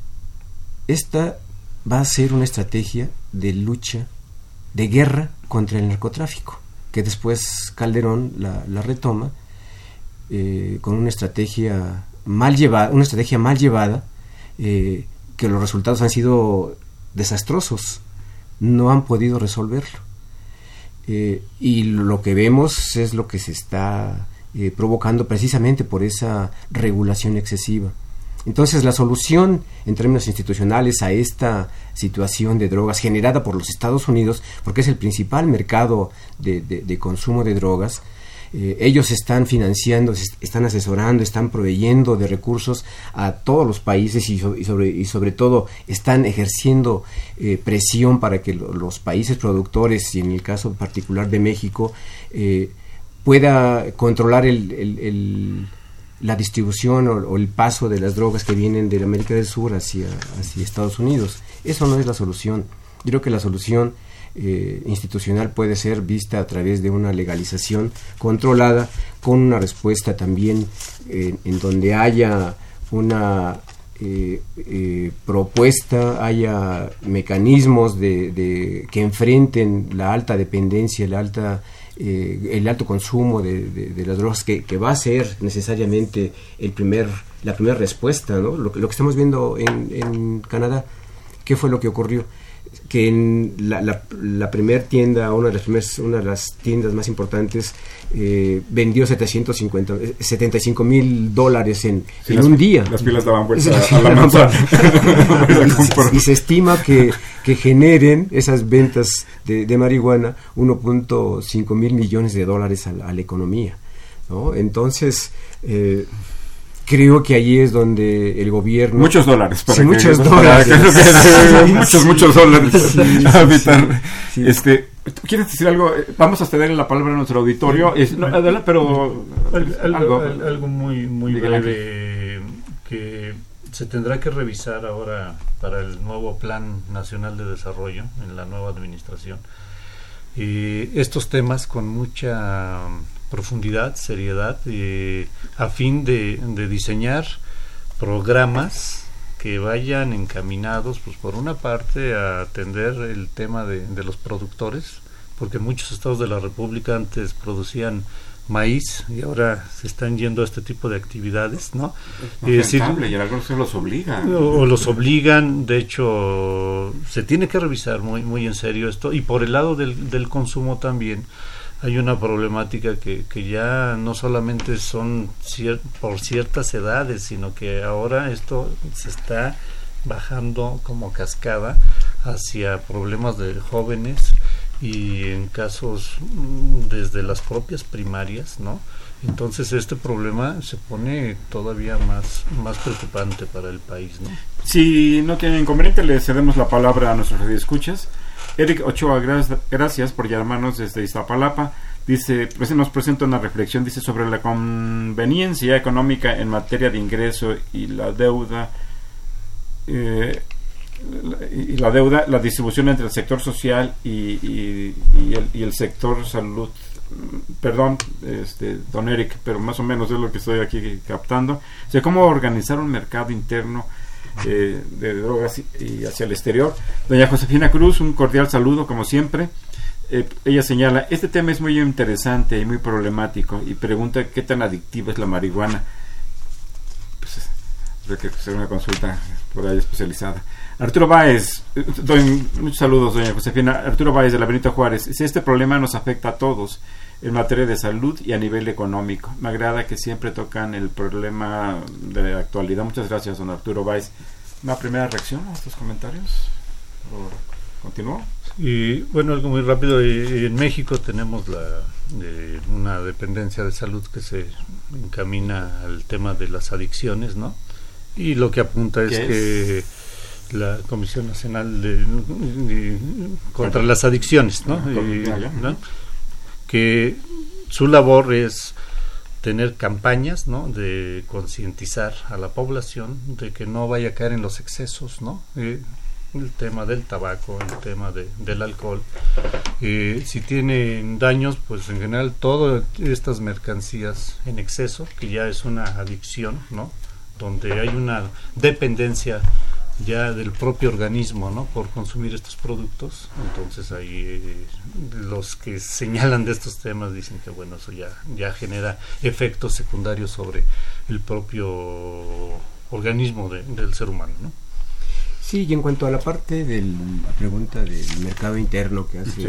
esta va a ser una estrategia de lucha, de guerra contra el narcotráfico, que después Calderón la, la retoma eh, con una estrategia mal llevada, una estrategia mal llevada, eh, que los resultados han sido desastrosos, no han podido resolverlo. Eh, y lo que vemos es lo que se está eh, provocando precisamente por esa regulación excesiva. Entonces, la solución en términos institucionales a esta situación de drogas generada por los Estados Unidos, porque es el principal mercado de, de, de consumo de drogas, Eh, ellos están financiando, están asesorando, están proveyendo de recursos a todos los países y, so, y, sobre, y sobre todo están ejerciendo eh, presión para que lo, los países productores, y en el caso particular de México, eh, pueda controlar el, el, el, la distribución o, o el paso de las drogas que vienen de América del Sur hacia, hacia Estados Unidos. Eso no es la solución. Yo creo que la solución Eh, institucional puede ser vista a través de una legalización controlada, con una respuesta también eh, en donde haya una eh, eh, propuesta, haya mecanismos de, de que enfrenten la alta dependencia, la alta, eh, el alto consumo de, de, de las drogas, que, que va a ser necesariamente el primer, la primera respuesta, ¿no? Lo, lo que estamos viendo en, en Canadá. ¿Qué fue lo que ocurrió? que en la, la, la primera tienda, una de las primeras, una de las tiendas más importantes, eh, vendió setecientos cincuenta, setenta y cinco mil dólares en, sí, en las, un día. Las pilas daban vuelta a la manzana. y, y se estima que, que generen esas ventas de, de marihuana uno punto cinco mil millones de dólares a la, a la economía, ¿no? Entonces, eh, creo que allí es donde el gobierno... Muchos dólares. Para sí, que, muchos para dólares. Que, sí, muchos, sí, muchos dólares. Sí, sí, evitar. Sí. Este, ¿quieres decir algo? Vamos a cederle la palabra a nuestro auditorio. Es, no, adelante, pero... Al, algo, algo, al, algo muy, muy Miguel breve que se tendrá que revisar ahora para el nuevo Plan Nacional de Desarrollo en la nueva administración. Y estos temas con mucha profundidad, seriedad, eh, a fin de, de diseñar programas que vayan encaminados, pues por una parte a atender el tema de, de los productores, porque muchos estados de la República antes producían maíz y ahora se están yendo a este tipo de actividades, ¿no? No es decir, y algunos se los obligan. O, o los obligan, de hecho, se tiene que revisar muy muy en serio esto, y por el lado del, del consumo también hay una problemática que, que ya no solamente son cier- por ciertas edades, sino que ahora esto se está bajando como cascada hacia problemas de jóvenes y en casos desde las propias primarias, ¿no? Entonces este problema se pone todavía más, más preocupante para el país, ¿no? Si no tienen inconveniente, le cedemos la palabra a nuestros radioescuchas. Eric Ochoa, gra- gracias por llamarnos desde Iztapalapa. Dice, pues nos presenta una reflexión, dice, sobre la conveniencia económica en materia de ingreso y la deuda, eh, y la deuda, la distribución entre el sector social y, y, y, el, y el sector salud. Perdón, este, don Eric, pero más o menos es lo que estoy aquí captando. O sea, cómo organizar un mercado interno eh, de drogas y, y hacia el exterior. Doña Josefina Cruz, un cordial saludo como siempre. Eh, ella señala, este tema es muy interesante y muy problemático, y pregunta qué tan adictiva es la marihuana. Pues hay que hacer una consulta por ahí especializada. Arturo Báez, eh, doy muchos saludos, doña Josefina. Arturo Báez de la Benito Juárez. Si este problema nos afecta a todos en materia de salud y a nivel económico. Me agrada que siempre tocan el problema de actualidad. Muchas gracias, don Arturo Báez. ¿Una primera reacción a estos comentarios? ¿O continúo? Y bueno, algo muy rápido. En México tenemos la de una dependencia de salud que se encamina al tema de las adicciones, ¿no? Y lo que apunta es que es? la Comisión Nacional de, de, contra bueno, las Adicciones, ¿no? Y, ¿no? Que su labor es tener campañas, ¿no? De concientizar a la población de que no vaya a caer en los excesos, ¿no? Eh, el tema del tabaco, el tema de, del alcohol. Eh, si tienen daños, pues en general todas estas mercancías en exceso, que ya es una adicción, ¿no? Donde hay una dependencia ya del propio organismo, ¿no? Por consumir estos productos. Entonces ahí eh, los que señalan de estos temas dicen que bueno, eso ya, ya genera efectos secundarios sobre el propio organismo de, del ser humano, ¿no? Sí, y en cuanto a la parte de la pregunta del mercado interno que hace sí,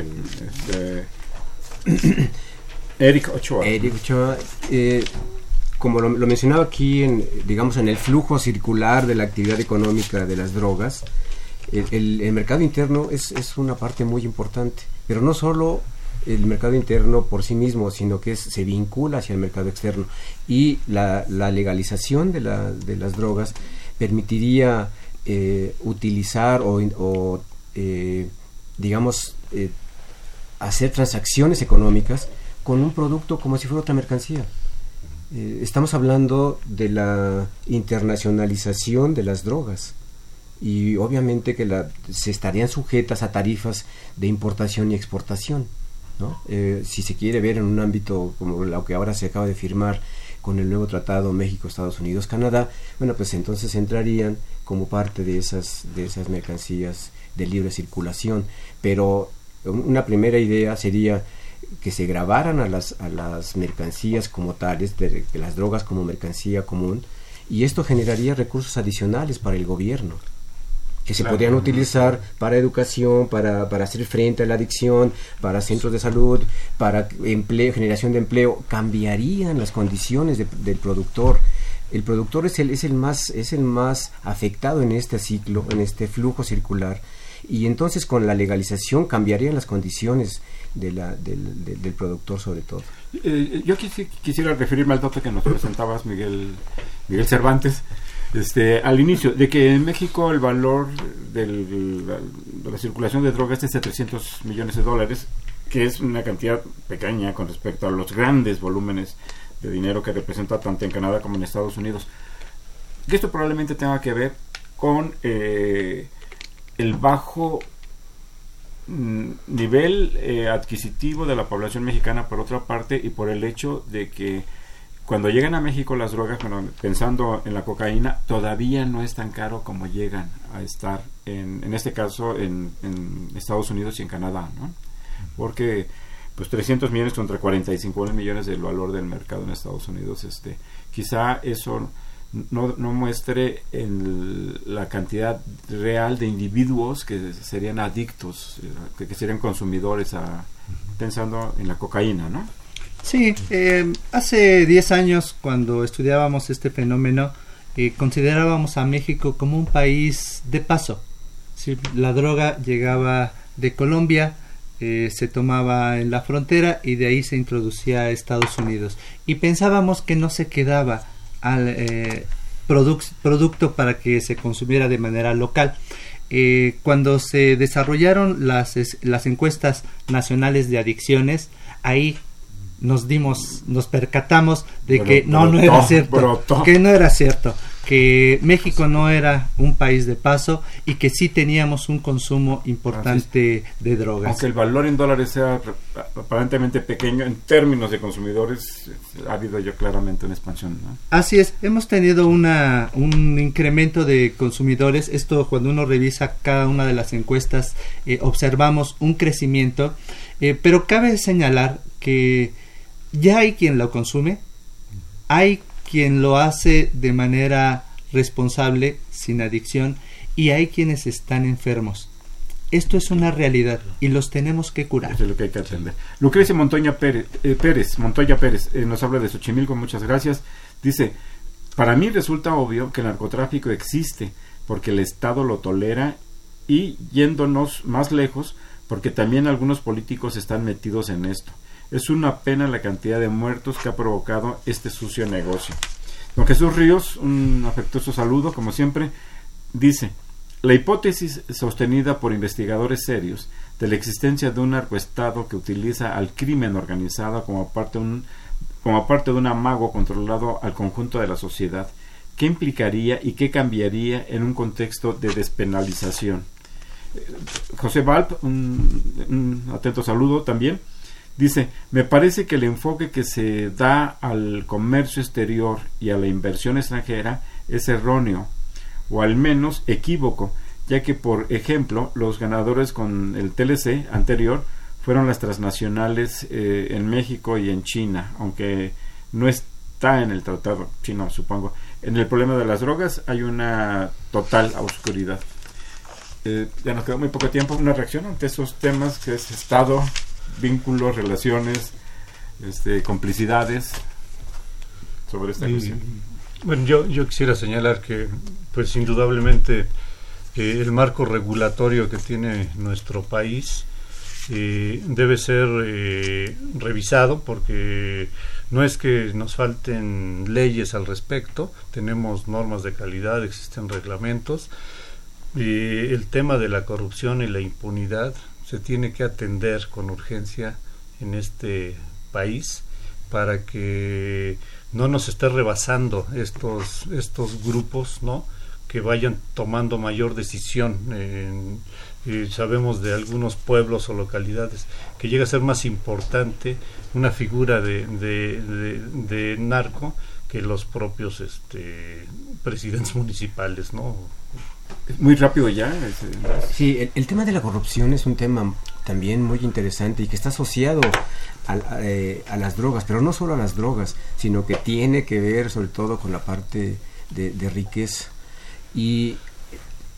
este, Eric Ochoa. Eric Ochoa, eh, como lo, lo mencionaba aquí, en, digamos, en el flujo circular de la actividad económica de las drogas, el, el, el mercado interno es, es una parte muy importante, pero no solo el mercado interno por sí mismo, sino que es, se vincula hacia el mercado externo, y la, la legalización de, la, de las drogas permitiría eh, utilizar o, o eh, digamos, eh, hacer transacciones económicas con un producto como si fuera otra mercancía. Eh, estamos hablando de la internacionalización de las drogas, y obviamente que la, se estarían sujetas a tarifas de importación y exportación, ¿no? Eh, si se quiere ver en un ámbito como lo que ahora se acaba de firmar con el nuevo tratado México, Estados Unidos, Canadá, bueno, pues entonces entrarían como parte de esas, de esas mercancías de libre circulación. Pero una primera idea sería que se grabaran a las, a las mercancías como tales, de, de las drogas como mercancía común, y esto generaría recursos adicionales para el gobierno. que se Claro. podrían utilizar para educación, para, para hacer frente a la adicción, para centros de salud, para empleo, generación de empleo, cambiarían las condiciones de, del productor. El productor es el, es el más, es el más afectado en este ciclo, en este flujo circular, y entonces con la legalización cambiarían las condiciones de la, del, del, del productor sobre todo. Eh, yo quisi, quisiera referirme al dato que nos presentabas, Miguel, Miguel Cervantes, este, al inicio, de que en México el valor del, de la circulación de drogas es de trescientos millones de dólares, que es una cantidad pequeña con respecto a los grandes volúmenes de dinero que representa tanto en Canadá como en Estados Unidos. Que esto probablemente tenga que ver con eh, el bajo mm, nivel eh, adquisitivo de la población mexicana por otra parte, y por el hecho de que cuando llegan a México las drogas, bueno, pensando en la cocaína, todavía no es tan caro como llegan a estar en, en este caso en, en Estados Unidos y en Canadá, ¿no? Porque pues trescientos millones contra cuarenta y cinco mil millones del valor del mercado en Estados Unidos, este, quizá eso no, no muestre el, la cantidad real de individuos que serían adictos, que, que serían consumidores, a, pensando en la cocaína, ¿no? Sí, eh, hace diez años cuando estudiábamos este fenómeno, eh, considerábamos a México como un país de paso. Sí, la droga llegaba de Colombia, eh, se tomaba en la frontera y de ahí se introducía a Estados Unidos. Y pensábamos que no se quedaba al eh, produc- producto para que se consumiera de manera local. Eh, cuando se desarrollaron las, es, las encuestas nacionales de adicciones, ahí nos dimos, nos percatamos de Bro, que no, brotó, no era cierto, brotó. que no era cierto, que México no era un país de paso y que sí teníamos un consumo importante de drogas. Aunque el valor en dólares sea aparentemente pequeño, en términos de consumidores ha habido ya claramente una expansión, ¿no? Así es, hemos tenido una, un incremento de consumidores. Esto, cuando uno revisa cada una de las encuestas, eh, observamos un crecimiento, eh, pero cabe señalar que ya hay quien lo consume, hay quien lo hace de manera responsable, sin adicción, y hay quienes están enfermos. Esto es una realidad y los tenemos que curar. Eso es lo que hay que atender. Lucrecia Montoya Pérez, eh, Pérez Montoya Pérez eh, nos habla de Xochimilco, muchas gracias. Dice, para mí resulta obvio que el narcotráfico existe porque el Estado lo tolera, y yéndonos más lejos, porque también algunos políticos están metidos en esto. Es una pena la cantidad de muertos que ha provocado este sucio negocio. Don Jesús Ríos, un afectuoso saludo, como siempre, dice, la hipótesis sostenida por investigadores serios de la existencia de un narcoestado que utiliza al crimen organizado como parte, un, como parte de un amago controlado al conjunto de la sociedad, ¿qué implicaría y qué cambiaría en un contexto de despenalización? José Valp, un, un atento saludo también. Dice, me parece que el enfoque que se da al comercio exterior y a la inversión extranjera es erróneo, o al menos equívoco, ya que, por ejemplo, los ganadores con el T L C anterior fueron las transnacionales eh, en México y en China, aunque no está en el tratado chino, supongo. En el problema de las drogas hay una total oscuridad. Eh, ya nos quedó muy poco tiempo. Una reacción ante esos temas que es Estado, vínculos, relaciones, este, complicidades sobre esta Y, cuestión. bueno, yo, yo quisiera señalar que, pues indudablemente, eh, el marco regulatorio que tiene nuestro país eh, debe ser eh, revisado, porque no es que nos falten leyes al respecto, tenemos normas de calidad, existen reglamentos. Eh, el tema de la corrupción y la impunidad se tiene que atender con urgencia en este país para que no nos esté rebasando estos estos grupos, ¿no?, que vayan tomando mayor decisión. Eh, eh, sabemos de algunos pueblos o localidades que llega a ser más importante una figura de, de, de, de narco que los propios este, presidentes municipales, ¿no? Muy rápido ya. Es, Sí, el, el tema de la corrupción es un tema también muy interesante y que está asociado a, a, eh, a las drogas, pero no solo a las drogas, sino que tiene que ver sobre todo con la parte de, de riqueza. Y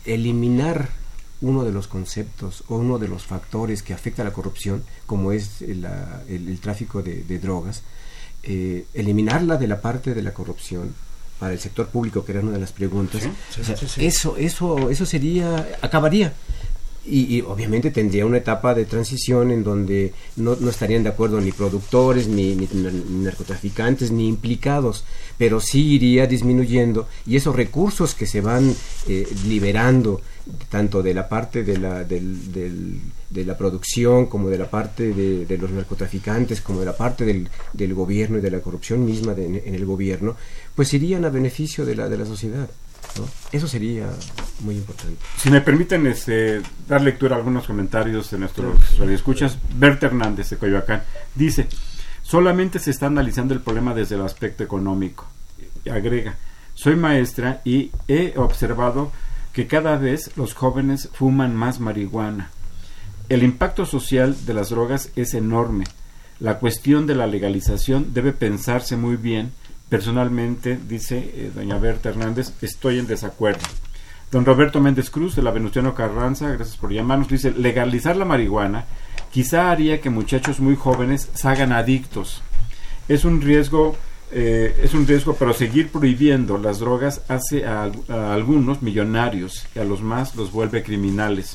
eliminar uno de los conceptos o uno de los factores que afecta a la corrupción, como es la, el, el tráfico de, de drogas, eh, eliminarla de la parte de la corrupción para el sector público, que era una de las preguntas. Sí, sí, o sea, sí, sí. Eso, eso, eso sería, acabaría. Y, y obviamente tendría una etapa de transición en donde no, no estarían de acuerdo ni productores, ni, ni, ni narcotraficantes, ni implicados, pero sí iría disminuyendo, y esos recursos que se van eh, liberando, tanto de la parte de la, del, del, de la producción, como de la parte de, de los narcotraficantes, como de la parte del, del gobierno y de la corrupción misma de, en el gobierno, pues irían a beneficio de la, de la sociedad, ¿no? Eso sería muy importante. Si me permiten este, dar lectura a algunos comentarios de nuestros radioescuchas. Berta Hernández, de Coyoacán, dice: solamente se está analizando el problema desde el aspecto económico. Agrega: soy maestra y he observado que cada vez los jóvenes fuman más marihuana. El impacto social de las drogas es enorme. La cuestión de la legalización debe pensarse muy bien. Personalmente, dice eh, doña Berta Hernández, estoy en desacuerdo. Don Roberto Méndez Cruz, de la Venustiano Carranza, gracias por llamarnos, dice: legalizar la marihuana quizá haría que muchachos muy jóvenes se hagan adictos. Es un riesgo, eh, es un riesgo, pero seguir prohibiendo las drogas hace a, a algunos millonarios y a los más los vuelve criminales.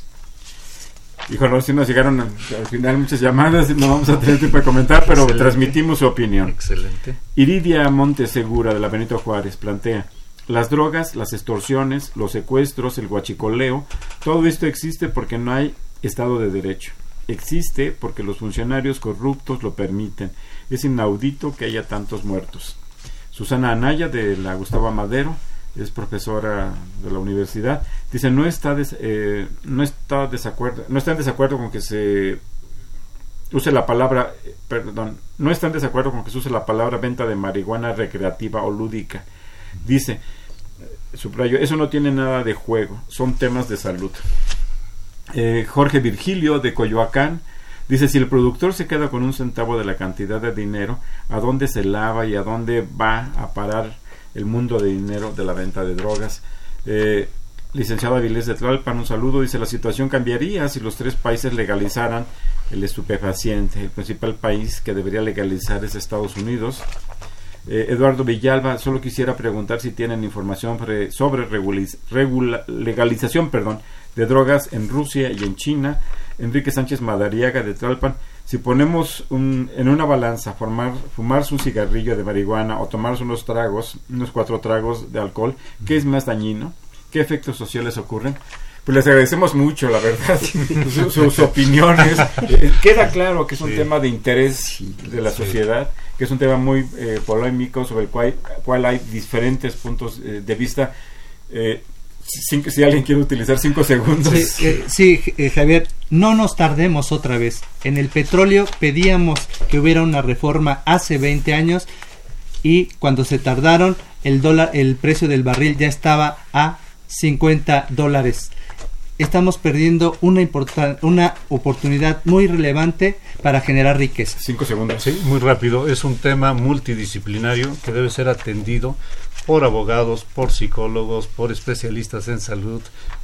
Híjole, si nos llegaron a, al final muchas llamadas, no vamos a tener tiempo de comentar, pero excelente, transmitimos su opinión. Excelente. Iridia Montesegura, de la Benito Juárez, plantea: las drogas, las extorsiones, los secuestros, el huachicoleo, todo esto existe porque no hay Estado de Derecho. Existe porque los funcionarios corruptos lo permiten. Es inaudito que haya tantos muertos. Susana Anaya, de la Gustavo Amadero, es profesora de la universidad, dice: no está des, eh, no está desacuerdo no está en desacuerdo con que se use la palabra eh, perdón no está en desacuerdo con que se use la palabra venta de marihuana recreativa o lúdica. Dice, eh, subrayo, eso no tiene nada de juego, son temas de salud. eh, Jorge Virgilio, de Coyoacán, dice: si el productor se queda con un centavo de la cantidad de dinero, ¿a dónde se lava y a dónde va a parar el mundo de dinero de la venta de drogas? Eh, licenciado Avilés de Tlalpan, un saludo, dice: la situación cambiaría si los tres países legalizaran el estupefaciente. El principal país que debería legalizar es Estados Unidos. eh, Eduardo Villalba, solo quisiera preguntar si tienen información sobre, sobre regulis, regula, legalización perdón, de drogas en Rusia y en China. Enrique Sánchez Madariaga, de Tlalpan: si ponemos un, en una balanza formar, fumarse un cigarrillo de marihuana o tomarse unos tragos, unos cuatro tragos de alcohol, ¿qué es más dañino? ¿Qué efectos sociales ocurren? Pues les agradecemos mucho, la verdad, sus, sus opiniones. Eh, queda claro que es un sí. tema de interés de la sociedad, que es un tema muy eh, polémico, sobre el cual, cual hay diferentes puntos eh, de vista. Eh, Cinco, si alguien quiere utilizar cinco segundos. Sí, eh, sí eh, Javier, no nos tardemos otra vez. En el petróleo pedíamos que hubiera una reforma hace veinte años y cuando se tardaron, el dólar, el precio del barril ya estaba a cincuenta dólares. Estamos perdiendo una importan- una oportunidad muy relevante para generar riqueza. Cinco segundos. Sí, muy rápido. Es un tema multidisciplinario que debe ser atendido por abogados, por psicólogos, por especialistas en salud,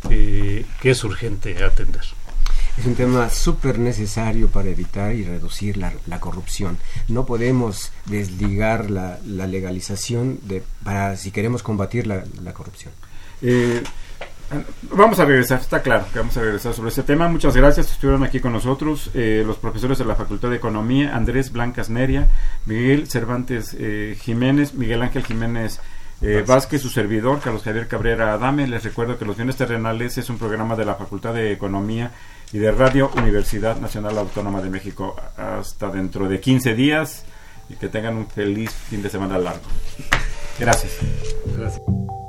eh, que es urgente atender. Es un tema súper necesario para evitar y reducir la, la corrupción. No podemos desligar la, la legalización de, para si queremos combatir la, la corrupción. Eh, vamos a regresar, está claro que vamos a regresar sobre este tema. Muchas gracias, estuvieron aquí con nosotros eh, los profesores de la Facultad de Economía, Andrés Blancas Neria, Miguel Cervantes eh, Jiménez, Miguel Ángel Jiménez Eh, Vázquez, su servidor, Carlos Javier Cabrera Adame. Les recuerdo que Los Bienes Terrenales es un programa de la Facultad de Economía y de Radio Universidad Nacional Autónoma de México. Hasta dentro de quince días y que tengan un feliz fin de semana largo. Gracias. Gracias.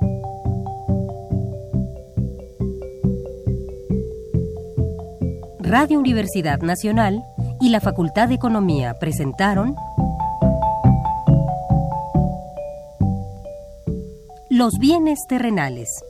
Radio Universidad Nacional y la Facultad de Economía presentaron Los Bienes Terrenales.